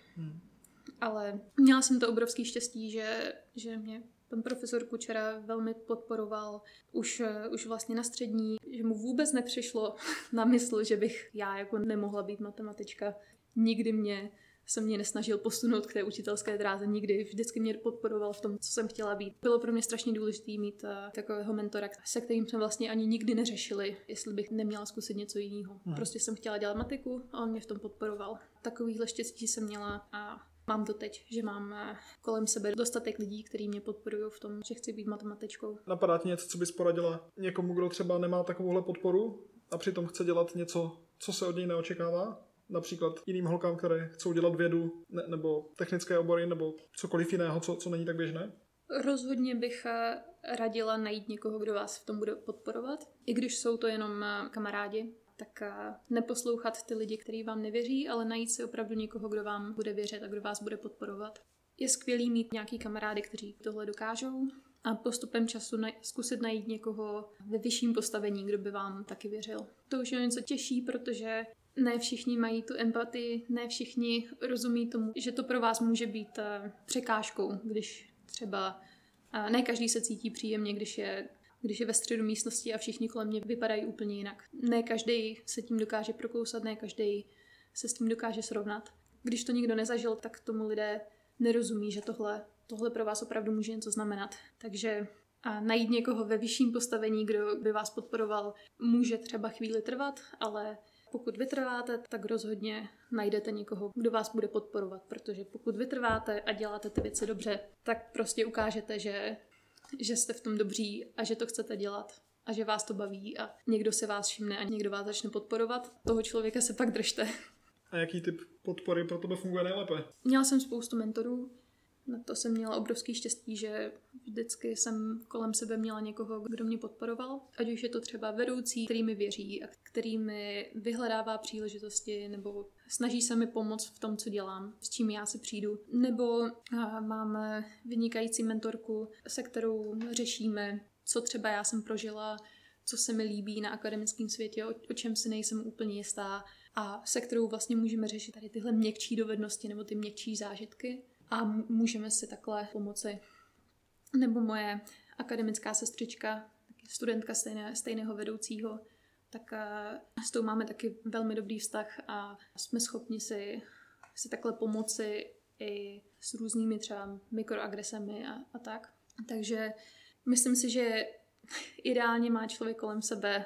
Ale měla jsem to obrovský štěstí, že mě pan profesor Kučera velmi podporoval už vlastně na střední, že mu vůbec nepřišlo na mysl, že bych já jako nemohla být matematička. Nikdy se mě nesnažil posunout k té učitelské dráze, nikdy. Vždycky mě podporoval v tom, co jsem chtěla být. Bylo pro mě strašně důležité mít takového mentora, se kterým jsme vlastně ani nikdy neřešili, jestli bych neměla zkusit něco jiného. Prostě jsem chtěla dělat matiku a on mě v tom podporoval. Takovýhle štěstí jsem měla a mám to teď, že mám kolem sebe dostatek lidí, kteří mě podporují v tom, že chci být matematičkou. Napadá ti něco, co bys poradila někomu, kdo třeba nemá takovouhle podporu a přitom chce dělat něco, co se od něj neočekává? Například jiným holkám, které chcou dělat vědu nebo technické obory nebo cokoliv jiného, co není tak běžné? Rozhodně bych radila najít někoho, kdo vás v tom bude podporovat. I když jsou to jenom kamarádi, tak neposlouchat ty lidi, kteří vám nevěří, ale najít si opravdu někoho, kdo vám bude věřit a kdo vás bude podporovat. Je skvělý mít nějaký kamarády, kteří tohle dokážou a postupem času zkusit najít někoho ve vyšším postavení, kdo by vám taky věřil. To už je něco těžší, protože ne všichni mají tu empatii, ne všichni rozumí tomu, že to pro vás může být překážkou, když třeba ne každý se cítí příjemně, když je ve středu místnosti a všichni kolem mě vypadají úplně jinak. Ne každý se tím dokáže prokousat, ne každý se s tím dokáže srovnat. Když to nikdo nezažil, tak tomu lidé nerozumí, že tohle pro vás opravdu může něco znamenat. Takže najít někoho ve vyšším postavení, kdo by vás podporoval, může třeba chvíli trvat, ale pokud vytrváte, tak rozhodně najdete někoho, kdo vás bude podporovat, protože pokud vytrváte a děláte ty věci dobře, tak prostě ukážete, že jste v tom dobří a že to chcete dělat a že vás to baví a někdo se vás všimne a někdo vás začne podporovat. Toho člověka se pak držte. A jaký typ podpory pro tebe funguje nejlépe? Měla jsem spoustu mentorů. Na to jsem měla obrovský štěstí, že vždycky jsem kolem sebe měla někoho, kdo mě podporoval. Ať už je to třeba vedoucí, který mi věří a který mi vyhledává příležitosti nebo snaží se mi pomoct v tom, co dělám, s čím já si přijdu. Nebo mám vynikající mentorku, se kterou řešíme, co třeba já jsem prožila, co se mi líbí na akademickém světě, o čem si nejsem úplně jistá a se kterou vlastně můžeme řešit tady tyhle měkčí dovednosti nebo ty měkčí zážitky. A můžeme si takhle pomoci. Nebo moje akademická sestřička, studentka stejného vedoucího, tak s tou máme taky velmi dobrý vztah a jsme schopni si takhle pomoci i s různými třeba mikroagresemi a tak. Takže myslím si, že ideálně má člověk kolem sebe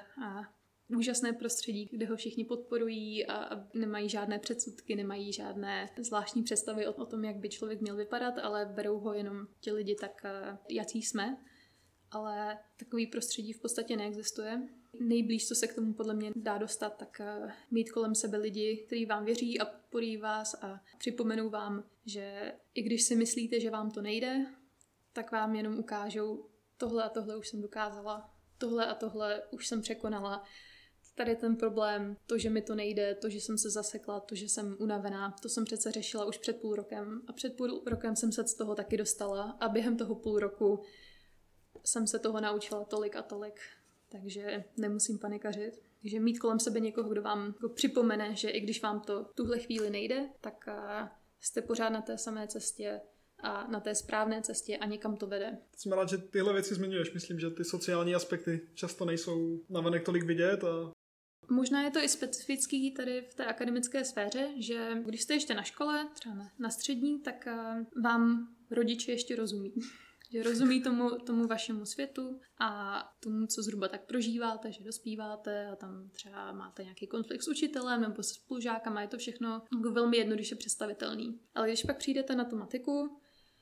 úžasné prostředí, kde ho všichni podporují a nemají žádné předsudky, nemají žádné zvláštní představy o tom, jak by člověk měl vypadat, ale berou ho jenom ti lidi tak, jací jsme. Ale takový prostředí v podstatě neexistuje. nejblíž, co se k tomu podle mě dá dostat, tak mít kolem sebe lidi, kteří vám věří a podpoří vás a připomenou vám, že i když si myslíte, že vám to nejde, tak vám jenom ukážou, tohle a tohle už jsem dokázala, tohle a tohle už jsem překonala. Tady ten problém, to, že mi to nejde, to, že jsem se zasekla, to, že jsem unavená, to jsem přece řešila už před půl rokem a před půl rokem jsem se z toho taky dostala a během toho půl roku jsem se toho naučila tolik a tolik, takže nemusím panikařit. Takže mít kolem sebe někoho, kdo vám připomene, že i když vám to v tuhle chvíli nejde, tak jste pořád na té samé cestě a na té správné cestě a někam to vede. Jsem rád, že tyhle věci zmiňuješ. Myslím, že ty sociální aspekty často nejsou navenek tolik vidět a možná je to i specifický tady v té akademické sféře, že když jste ještě na škole, třeba na střední, tak vám rodiče ještě rozumí. Že rozumí tomu vašemu světu a tomu, co zhruba tak prožíváte, že dospíváte a tam třeba máte nějaký konflikt s učitelem nebo se spolužákama, je to všechno velmi jednoduše představitelný. Ale když pak přijdete na tu matiku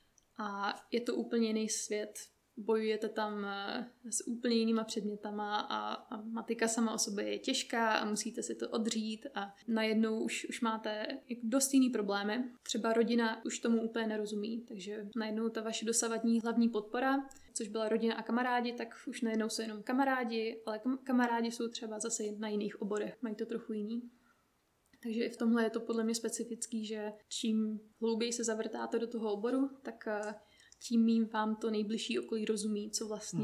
a je to úplně jiný svět, bojujete tam s úplně jinýma předmětama a matika sama o sobě je těžká a musíte si to odřít a najednou už máte dost jiný problémy. Třeba rodina už tomu úplně nerozumí, takže najednou ta vaše dosavadní hlavní podpora, což byla rodina a kamarádi, tak už najednou jsou jenom kamarádi, ale kamarádi jsou třeba zase na jiných oborech, mají to trochu jiný. Takže i v tomhle je to podle mě specifický, že čím hlouběji se zavrtáte do toho oboru, tak tím vám to nejbližší okolí rozumí,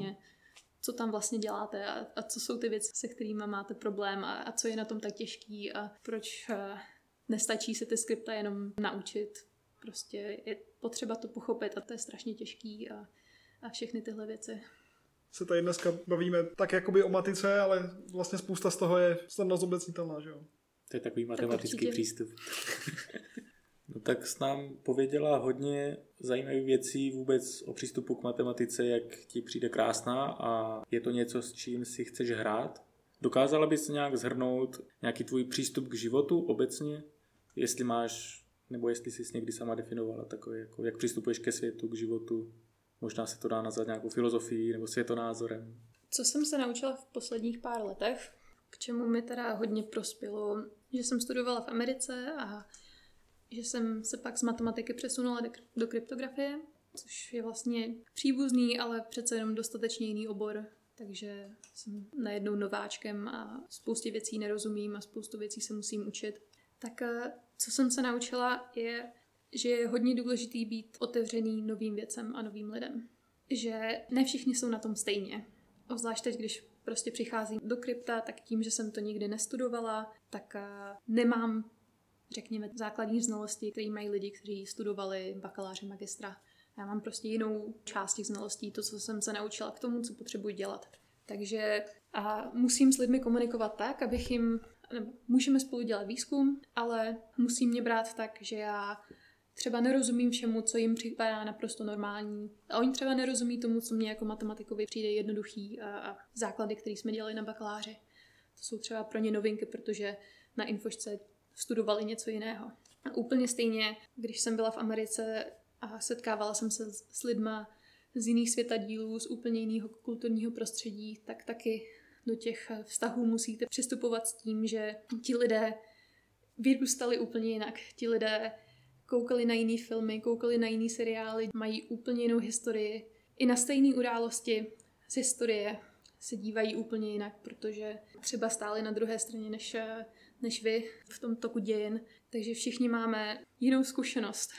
co tam vlastně děláte a co jsou ty věci, se kterými máte problém a co je na tom tak těžký a proč nestačí se ty skripta jenom naučit. Prostě je potřeba to pochopit a to je strašně těžký a všechny tyhle věci. Se tady dneska bavíme tak jakoby o matice, ale vlastně spousta z toho je snadno zobecnitelná, že jo? To je takový matematický přístup. No tak jsi nám pověděla hodně zajímavých věcí vůbec o přístupu k matematice, jak ti přijde krásná a je to něco, s čím si chceš hrát. Dokázala bys nějak shrnout nějaký tvůj přístup k životu obecně? Jestli máš, nebo jestli jsi někdy sama definovala takový, jako jak přistupuješ ke světu, k životu? Možná se to dá nazvat nějakou filozofií nebo světonázorem. Co jsem se naučila v posledních pár letech, k čemu mi teda hodně prospělo, že jsem studovala v Americe a že jsem se pak z matematiky přesunula do kryptografie, což je vlastně příbuzný, ale přece jenom dostatečně jiný obor. Takže jsem najednou nováčkem a spoustě věcí nerozumím a spoustu věcí se musím učit. Tak co jsem se naučila je, že je hodně důležitý být otevřený novým věcem a novým lidem. Že ne všichni jsou na tom stejně. Obzvlášť teď, když prostě přicházím do krypta, tak tím, že jsem to nikdy nestudovala, tak nemám, řekněme, základní znalosti, které mají lidi, kteří studovali bakaláře, magistra. Já mám prostě jinou část těch znalostí, to, co jsem se naučila k tomu, co potřebuji dělat. Takže a musím s lidmi komunikovat tak, abych jim, můžeme spolu dělat výzkum, ale musím mě brát tak, že já třeba nerozumím všemu, co jim připadá naprosto normální. A oni třeba nerozumí tomu, co mě jako matematikovi přijde jednoduchý a základy, které jsme dělali na bakaláři. To jsou třeba pro ně novinky, protože na infošce studovali něco jiného. A úplně stejně, když jsem byla v Americe a setkávala jsem se s lidma z jiných světadílů, z úplně jiného kulturního prostředí, tak taky do těch vztahů musíte přistupovat s tím, že ti lidé vyrůstali úplně jinak. Ti lidé koukali na jiné filmy, koukali na jiné seriály, mají úplně jinou historii. I na stejné události z historie se dívají úplně jinak, protože třeba stáli na druhé straně než vy v tom toku dějin. Takže všichni máme jinou zkušenost.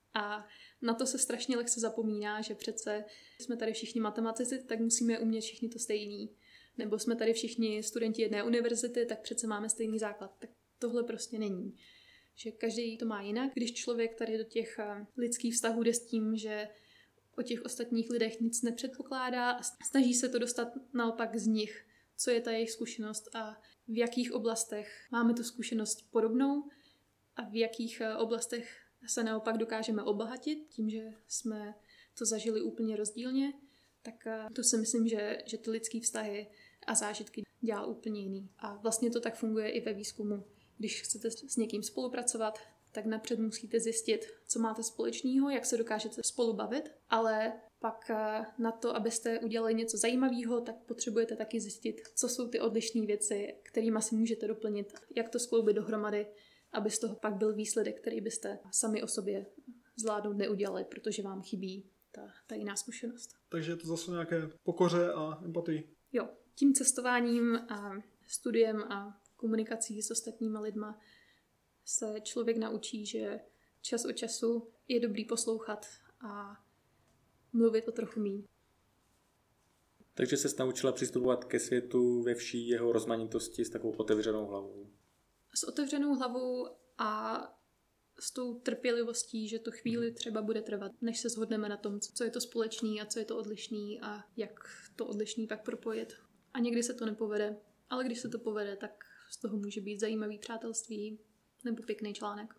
A na to se strašně lehce zapomíná, že přece jsme tady všichni matematici, tak musíme umět všichni to stejný. Nebo jsme tady všichni studenti jedné univerzity, tak přece máme stejný základ. Tak tohle prostě není. Že každý to má jinak. Když člověk tady do těch lidských vztahů jde s tím, že o těch ostatních lidech nic nepředpokládá a snaží se to dostat naopak z nich, co je ta jejich zkušenost a v jakých oblastech máme tu zkušenost podobnou a v jakých oblastech se naopak dokážeme obohatit tím, že jsme to zažili úplně rozdílně, tak to si myslím, že ty lidský vztahy a zážitky dělá úplně jiný. A vlastně to tak funguje i ve výzkumu. Když chcete s někým spolupracovat, tak napřed musíte zjistit, co máte společného, jak se dokážete spolu bavit, ale Pak na to, abyste udělali něco zajímavého, tak potřebujete taky zjistit, co jsou ty odlišné věci, kterými si můžete doplnit, jak to skloubit dohromady, aby z toho pak byl výsledek, který byste sami o sobě zvládnout neudělali, protože vám chybí ta jiná zkušenost. Takže je to zase nějaké pokoře a empatii. Jo, tím cestováním a studiem a komunikací s ostatníma lidma se člověk naučí, že čas od času je dobrý poslouchat a mluvit o trochu míň. Takže se naučila přistupovat ke světu ve vší jeho rozmanitosti s takovou otevřenou hlavou. S otevřenou hlavou a s tou trpělivostí, že to chvíli třeba bude trvat, než se shodneme na tom, co je to společný a co je to odlišný a jak to odlišný pak propojit. A někdy se to nepovede, ale když se to povede, tak z toho může být zajímavý přátelství nebo pěkný článek.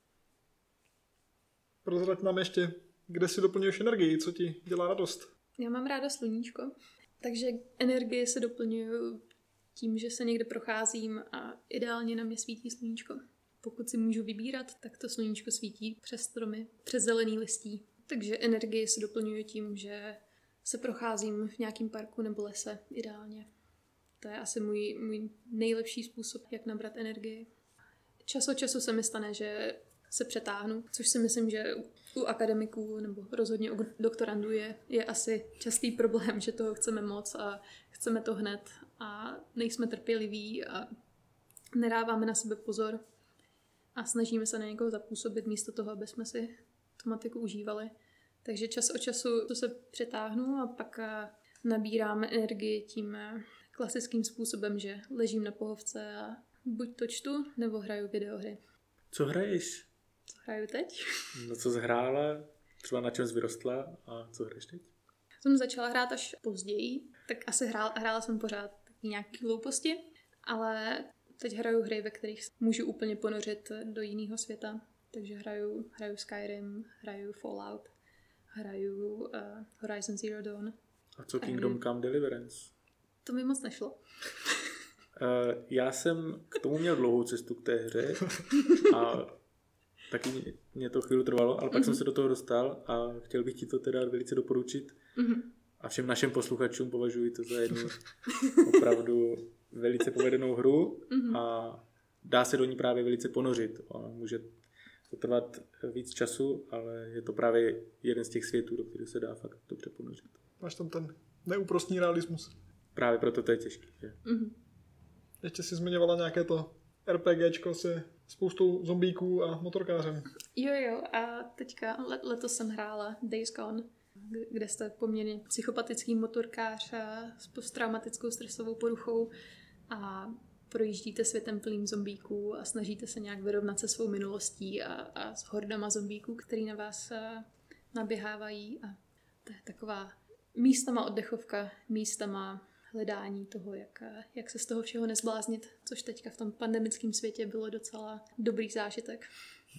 Prozrať nám ještě, kde si doplňuješ energii, co ti dělá radost. Já mám ráda sluníčko, takže energie se doplňuju tím, že se někde procházím a ideálně na mě svítí sluníčko. Pokud si můžu vybírat, tak to sluníčko svítí přes stromy, přes zelený listí. Takže energii se doplňuju tím, že se procházím v nějakém parku nebo lese ideálně. To je asi můj nejlepší způsob, jak nabrat energii. Čas od času se mi stane, že se přetáhnu, což si myslím, že u akademiků nebo rozhodně u doktorandů je asi častý problém, že toho chceme moc a chceme to hned a nejsme trpěliví a nedáváme na sebe pozor a snažíme se na někoho zapůsobit místo toho, aby jsme si tu matiku užívali. Takže čas od času to se přetáhnu a pak nabíráme energii tím klasickým způsobem, že ležím na pohovce a buď to čtu, nebo hraju videohry. Co hraješ? Co hraju teď? No co jsi hrála? Třeba na čem jsi vyrostla a co hraješ teď? Jsem začala hrát až později, tak asi hrála jsem pořád taky nějaké hlouposti, ale teď hraju hry, ve kterých můžu úplně ponořit do jiného světa. Takže hraju Skyrim, hraju Fallout, hraju Horizon Zero Dawn. A co Kingdom Come Deliverance? To mi moc nešlo. Já jsem k tomu měl dlouhou cestu k té hře a taky mě to chvíli trvalo, ale pak jsem se do toho dostal a chtěl bych ti to teda velice doporučit. A všem našim posluchačům považuji to za jednu opravdu velice povedenou hru a dá se do ní právě velice ponořit. Může to trvat víc času, ale je to právě jeden z těch světů, do kterých se dá fakt dobře ponořit. Máš tam ten neúprostný realismus. Právě proto to je těžké. Ještě si zmiňovala nějaké to RPGčko se spoustou zombíků a motorkářem. Jo, a teďka letos jsem hrála Days Gone, kde jste poměrně psychopatický motorkář s posttraumatickou stresovou poruchou a projíždíte světem plným zombíků a snažíte se nějak vyrovnat se svou minulostí a s hordama zombíků, který na vás naběhávají. A to je taková místama oddechovka, místama hledání toho, jak se z toho všeho nezbláznit, což teďka v tom pandemickém světě bylo docela dobrý zážitek.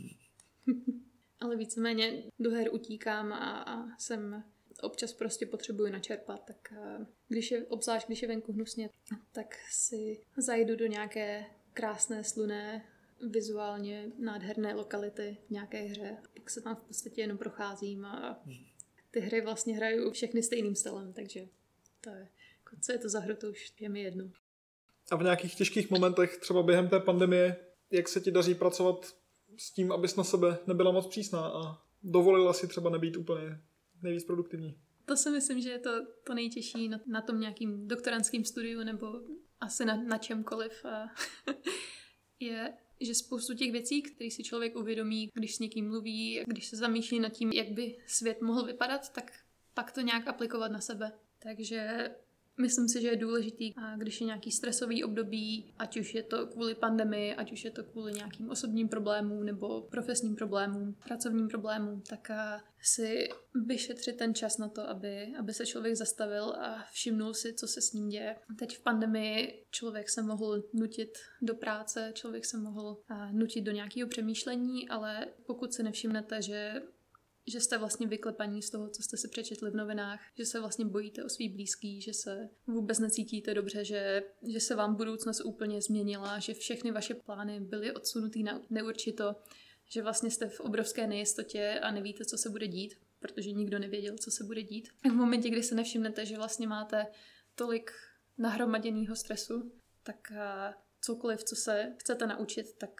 Ale víceméně do her utíkám a jsem občas prostě potřebuju načerpat, tak obzvlášť když je venku hnusně, tak si zajdu do nějaké krásné, slunné, vizuálně nádherné lokality v nějaké hře. Pak se tam v podstatě jenom procházím a ty hry vlastně hraju všechny stejným stylem, takže to je, co je to za hru, to už je mi jedno. A v nějakých těžkých momentech, třeba během té pandemie, jak se ti daří pracovat s tím, abys na sebe nebyla moc přísná a dovolila si třeba nebýt úplně nejvíc produktivní? To si myslím, že je to nejtěžší na tom nějakým doktorandském studiu nebo asi na čemkoliv. Je, že spoustu těch věcí, které si člověk uvědomí, když s někým mluví, když se zamýšlí nad tím, jak by svět mohl vypadat, tak pak to nějak aplikovat na sebe. Takže myslím si, že je důležitý, když je nějaký stresový období, ať už je to kvůli pandemii, ať už je to kvůli nějakým osobním problémům nebo profesním problémům, pracovním problémům, tak si vyšetřit ten čas na to, aby se člověk zastavil a všimnul si, co se s ním děje. Teď v pandemii člověk se mohl nutit do práce, člověk se mohl nutit do nějakého přemýšlení, ale pokud si nevšimnete, že jste vlastně vyklepaní z toho, co jste si přečetli v novinách, že se vlastně bojíte o svý blízký, že se vůbec necítíte dobře, že se vám budoucnost úplně změnila, že všechny vaše plány byly odsunutý na neurčito, že vlastně jste v obrovské nejistotě a nevíte, co se bude dít, protože nikdo nevěděl, co se bude dít. V momentě, kdy se nevšimnete, že vlastně máte tolik nahromaděného stresu, tak cokoliv, co se chcete naučit, tak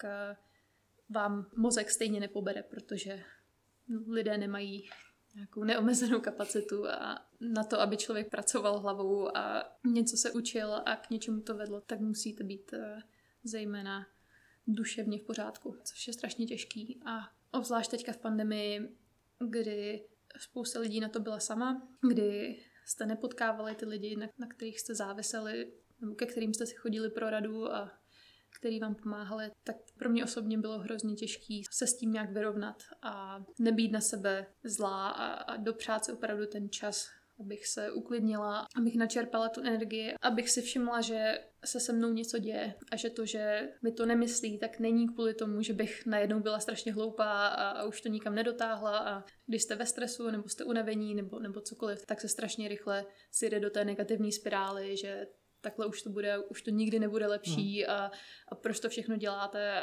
vám mozek stejně nepobere, protože lidé nemají nějakou neomezenou kapacitu a na to, aby člověk pracoval hlavou a něco se učil a k něčemu to vedlo, tak musíte být zejména duševně v pořádku, což je strašně těžký. A obzvlášť teďka v pandemii, kdy spousta lidí na to byla sama, kdy jste nepotkávali ty lidi, na kterých jste záviseli, nebo ke kterým jste si chodili pro radu a který vám pomáhali, tak pro mě osobně bylo hrozně těžký se s tím nějak vyrovnat a nebýt na sebe zlá a dopřát si opravdu ten čas, abych se uklidnila, abych načerpala tu energii, abych si všimla, že se mnou něco děje a že to, že mi to nemyslí, tak není kvůli tomu, že bych najednou byla strašně hloupá a už to nikam nedotáhla a když jste ve stresu nebo jste unavení nebo cokoliv, tak se strašně rychle si jde do té negativní spirály, že takhle už to nikdy nebude lepší a proč to všechno děláte.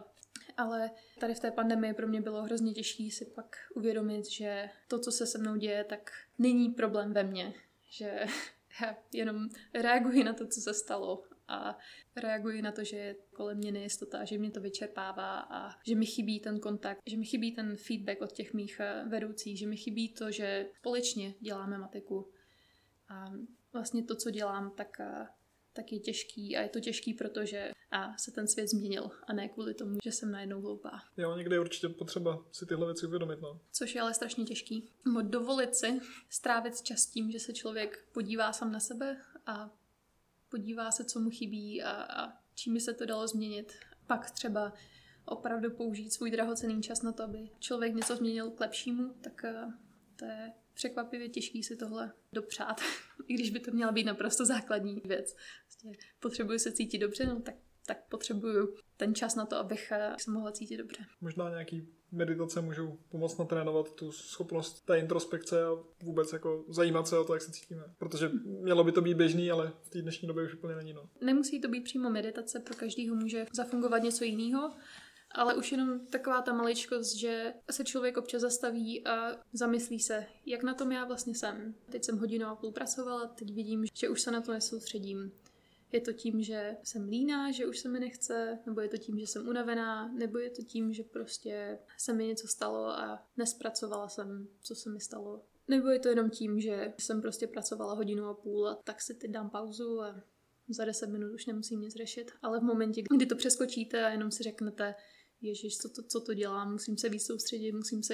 Ale tady v té pandemii pro mě bylo hrozně těžké si pak uvědomit, že to, co se mnou děje, tak není problém ve mně. Že já jenom reaguji na to, co se stalo a reaguji na to, že je kolem mě nejistota, že mě to vyčerpává a že mi chybí ten kontakt, že mi chybí ten feedback od těch mých vedoucích, že mi chybí to, že společně děláme matiku. A vlastně to, co dělám, tak je těžký a je to těžký, protože se ten svět změnil a ne kvůli tomu, že jsem najednou hloupá. Jo, někde je určitě potřeba si tyhle věci uvědomit, no. Což je ale strašně těžký. Dovolit si strávit čas tím, že se člověk podívá sám na sebe a podívá se, co mu chybí a čím by se to dalo změnit. Pak třeba opravdu použít svůj drahocenný čas na to, aby člověk něco změnil k lepšímu, tak to je překvapivě těžký si tohle dopřát, i když by to měla být naprosto základní věc. Vlastně potřebuji se cítit dobře, no tak potřebuju ten čas na to, abych se mohla cítit dobře. Možná nějaký meditace můžou pomoct natrénovat tu schopnost té introspekce a vůbec jako zajímat se o to, jak se cítíme. Protože mělo by to být běžný, ale v té dnešní době už úplně není. No. Nemusí to být přímo meditace, pro každého může zafungovat něco jiného. Ale už jenom taková ta maličkost, že se člověk občas zastaví a zamyslí se, jak na tom já vlastně jsem. Teď jsem 1,5 hodiny pracovala, teď vidím, že už se na to nesoustředím. Je to tím, že jsem líná, že už se mi nechce, nebo je to tím, že jsem unavená, nebo je to tím, že prostě se mi něco stalo a nespracovala jsem, co se mi stalo. Nebo je to jenom tím, že jsem prostě pracovala 1,5 hodiny a tak si teď dám pauzu a za 10 minut už nemusím nic řešit. Ale v momentě, kdy to přeskočíte a jenom si řeknete, ježiš, co to dělám, musím se víc soustředit,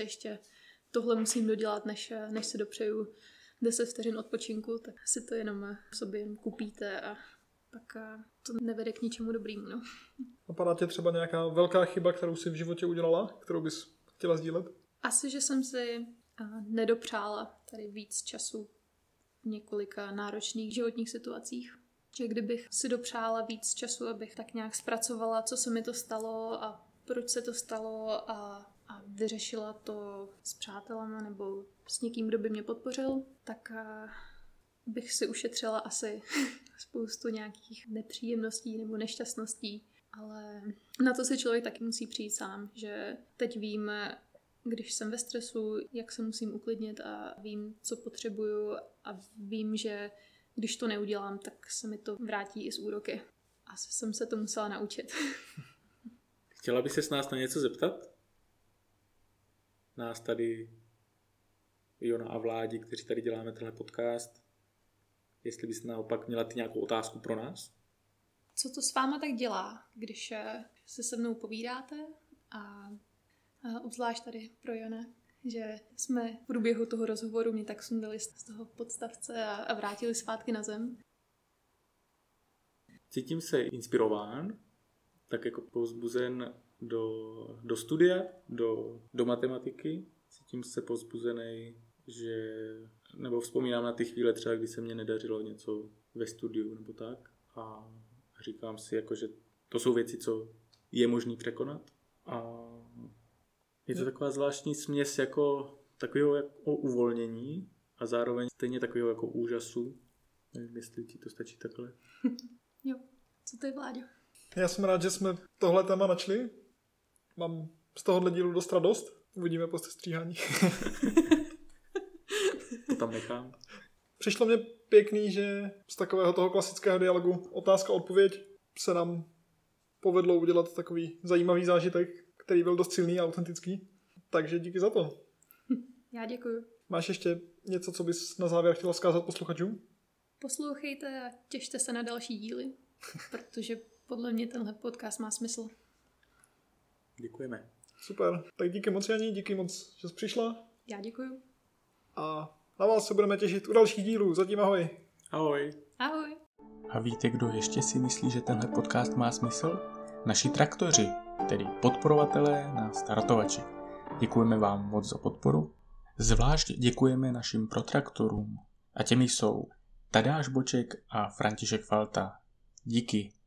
tohle musím dodělat, než se dopřeju 10 vteřin odpočinku, tak si to jenom v sobě kupíte a pak to nevede k ničemu dobrýmu. No. Napadá tě třeba nějaká velká chyba, kterou jsi v životě udělala, kterou bys chtěla sdílet? Asi, že jsem si nedopřála tady víc času v několika náročných životních situacích. Že kdybych si dopřála víc času, abych tak nějak zpracovala, co se mi to stalo a proč se to stalo a vyřešila to s přátelama nebo s někým, kdo by mě podpořil, tak bych si ušetřila asi spoustu nějakých nepříjemností nebo nešťastností. Ale na to si člověk taky musí přijít sám, že teď vím, když jsem ve stresu, jak se musím uklidnit a vím, co potřebuju a vím, že když to neudělám, tak se mi to vrátí i z úroky. Asi jsem se to musela naučit. Chtěla by se s nás na něco zeptat? Nás tady, Jona a Vládi, kteří tady děláme tenhle podcast. Jestli bys naopak měla ty nějakou otázku pro nás? Co to s váma tak dělá, když se mnou povídáte a obzvlášť tady pro Jona, že jsme v průběhu toho rozhovoru mě tak sundali z toho podstavce a vrátili zpátky na zem. Cítím se inspirován, tak jako povzbuzen do studia, do matematiky. Cítím se povzbuzený, nebo vzpomínám na ty chvíle třeba, kdy se mně nedařilo něco ve studiu nebo tak. A říkám si, jako, že to jsou věci, co je možný překonat. A je to taková zvláštní směs jako takového jako uvolnění a zároveň stejně takového jako úžasu. Nevím, jestli ti to stačí takhle. Jo, co to je, Vláďo? Já jsem rád, že jsme tohle téma načali. Mám z tohohle dílu dost radost. Uvidíme po stříhání. To tam nechám. Přišlo mě pěkný, že z takového toho klasického dialogu otázka-odpověď se nám povedlo udělat takový zajímavý zážitek, který byl dost silný a autentický. Takže díky za to. Já děkuju. Máš ještě něco, co bys na závěr chtěla vzkázat posluchačům? Poslouchejte a těšte se na další díly, protože podle mě tenhle podcast má smysl. Děkujeme. Super. Tak díky moc, Janí, díky moc, že jsi přišla. Já děkuju. A na vás se budeme těšit u dalších dílů. Zatím ahoj. Ahoj. Ahoj. A víte, kdo ještě si myslí, že tenhle podcast má smysl? Naši traktoři, tedy podporovatelé na startovači. Děkujeme vám moc za podporu. Zvlášť děkujeme našim protraktorům. A těmi jsou Tadáš Boček a František Falta. Díky.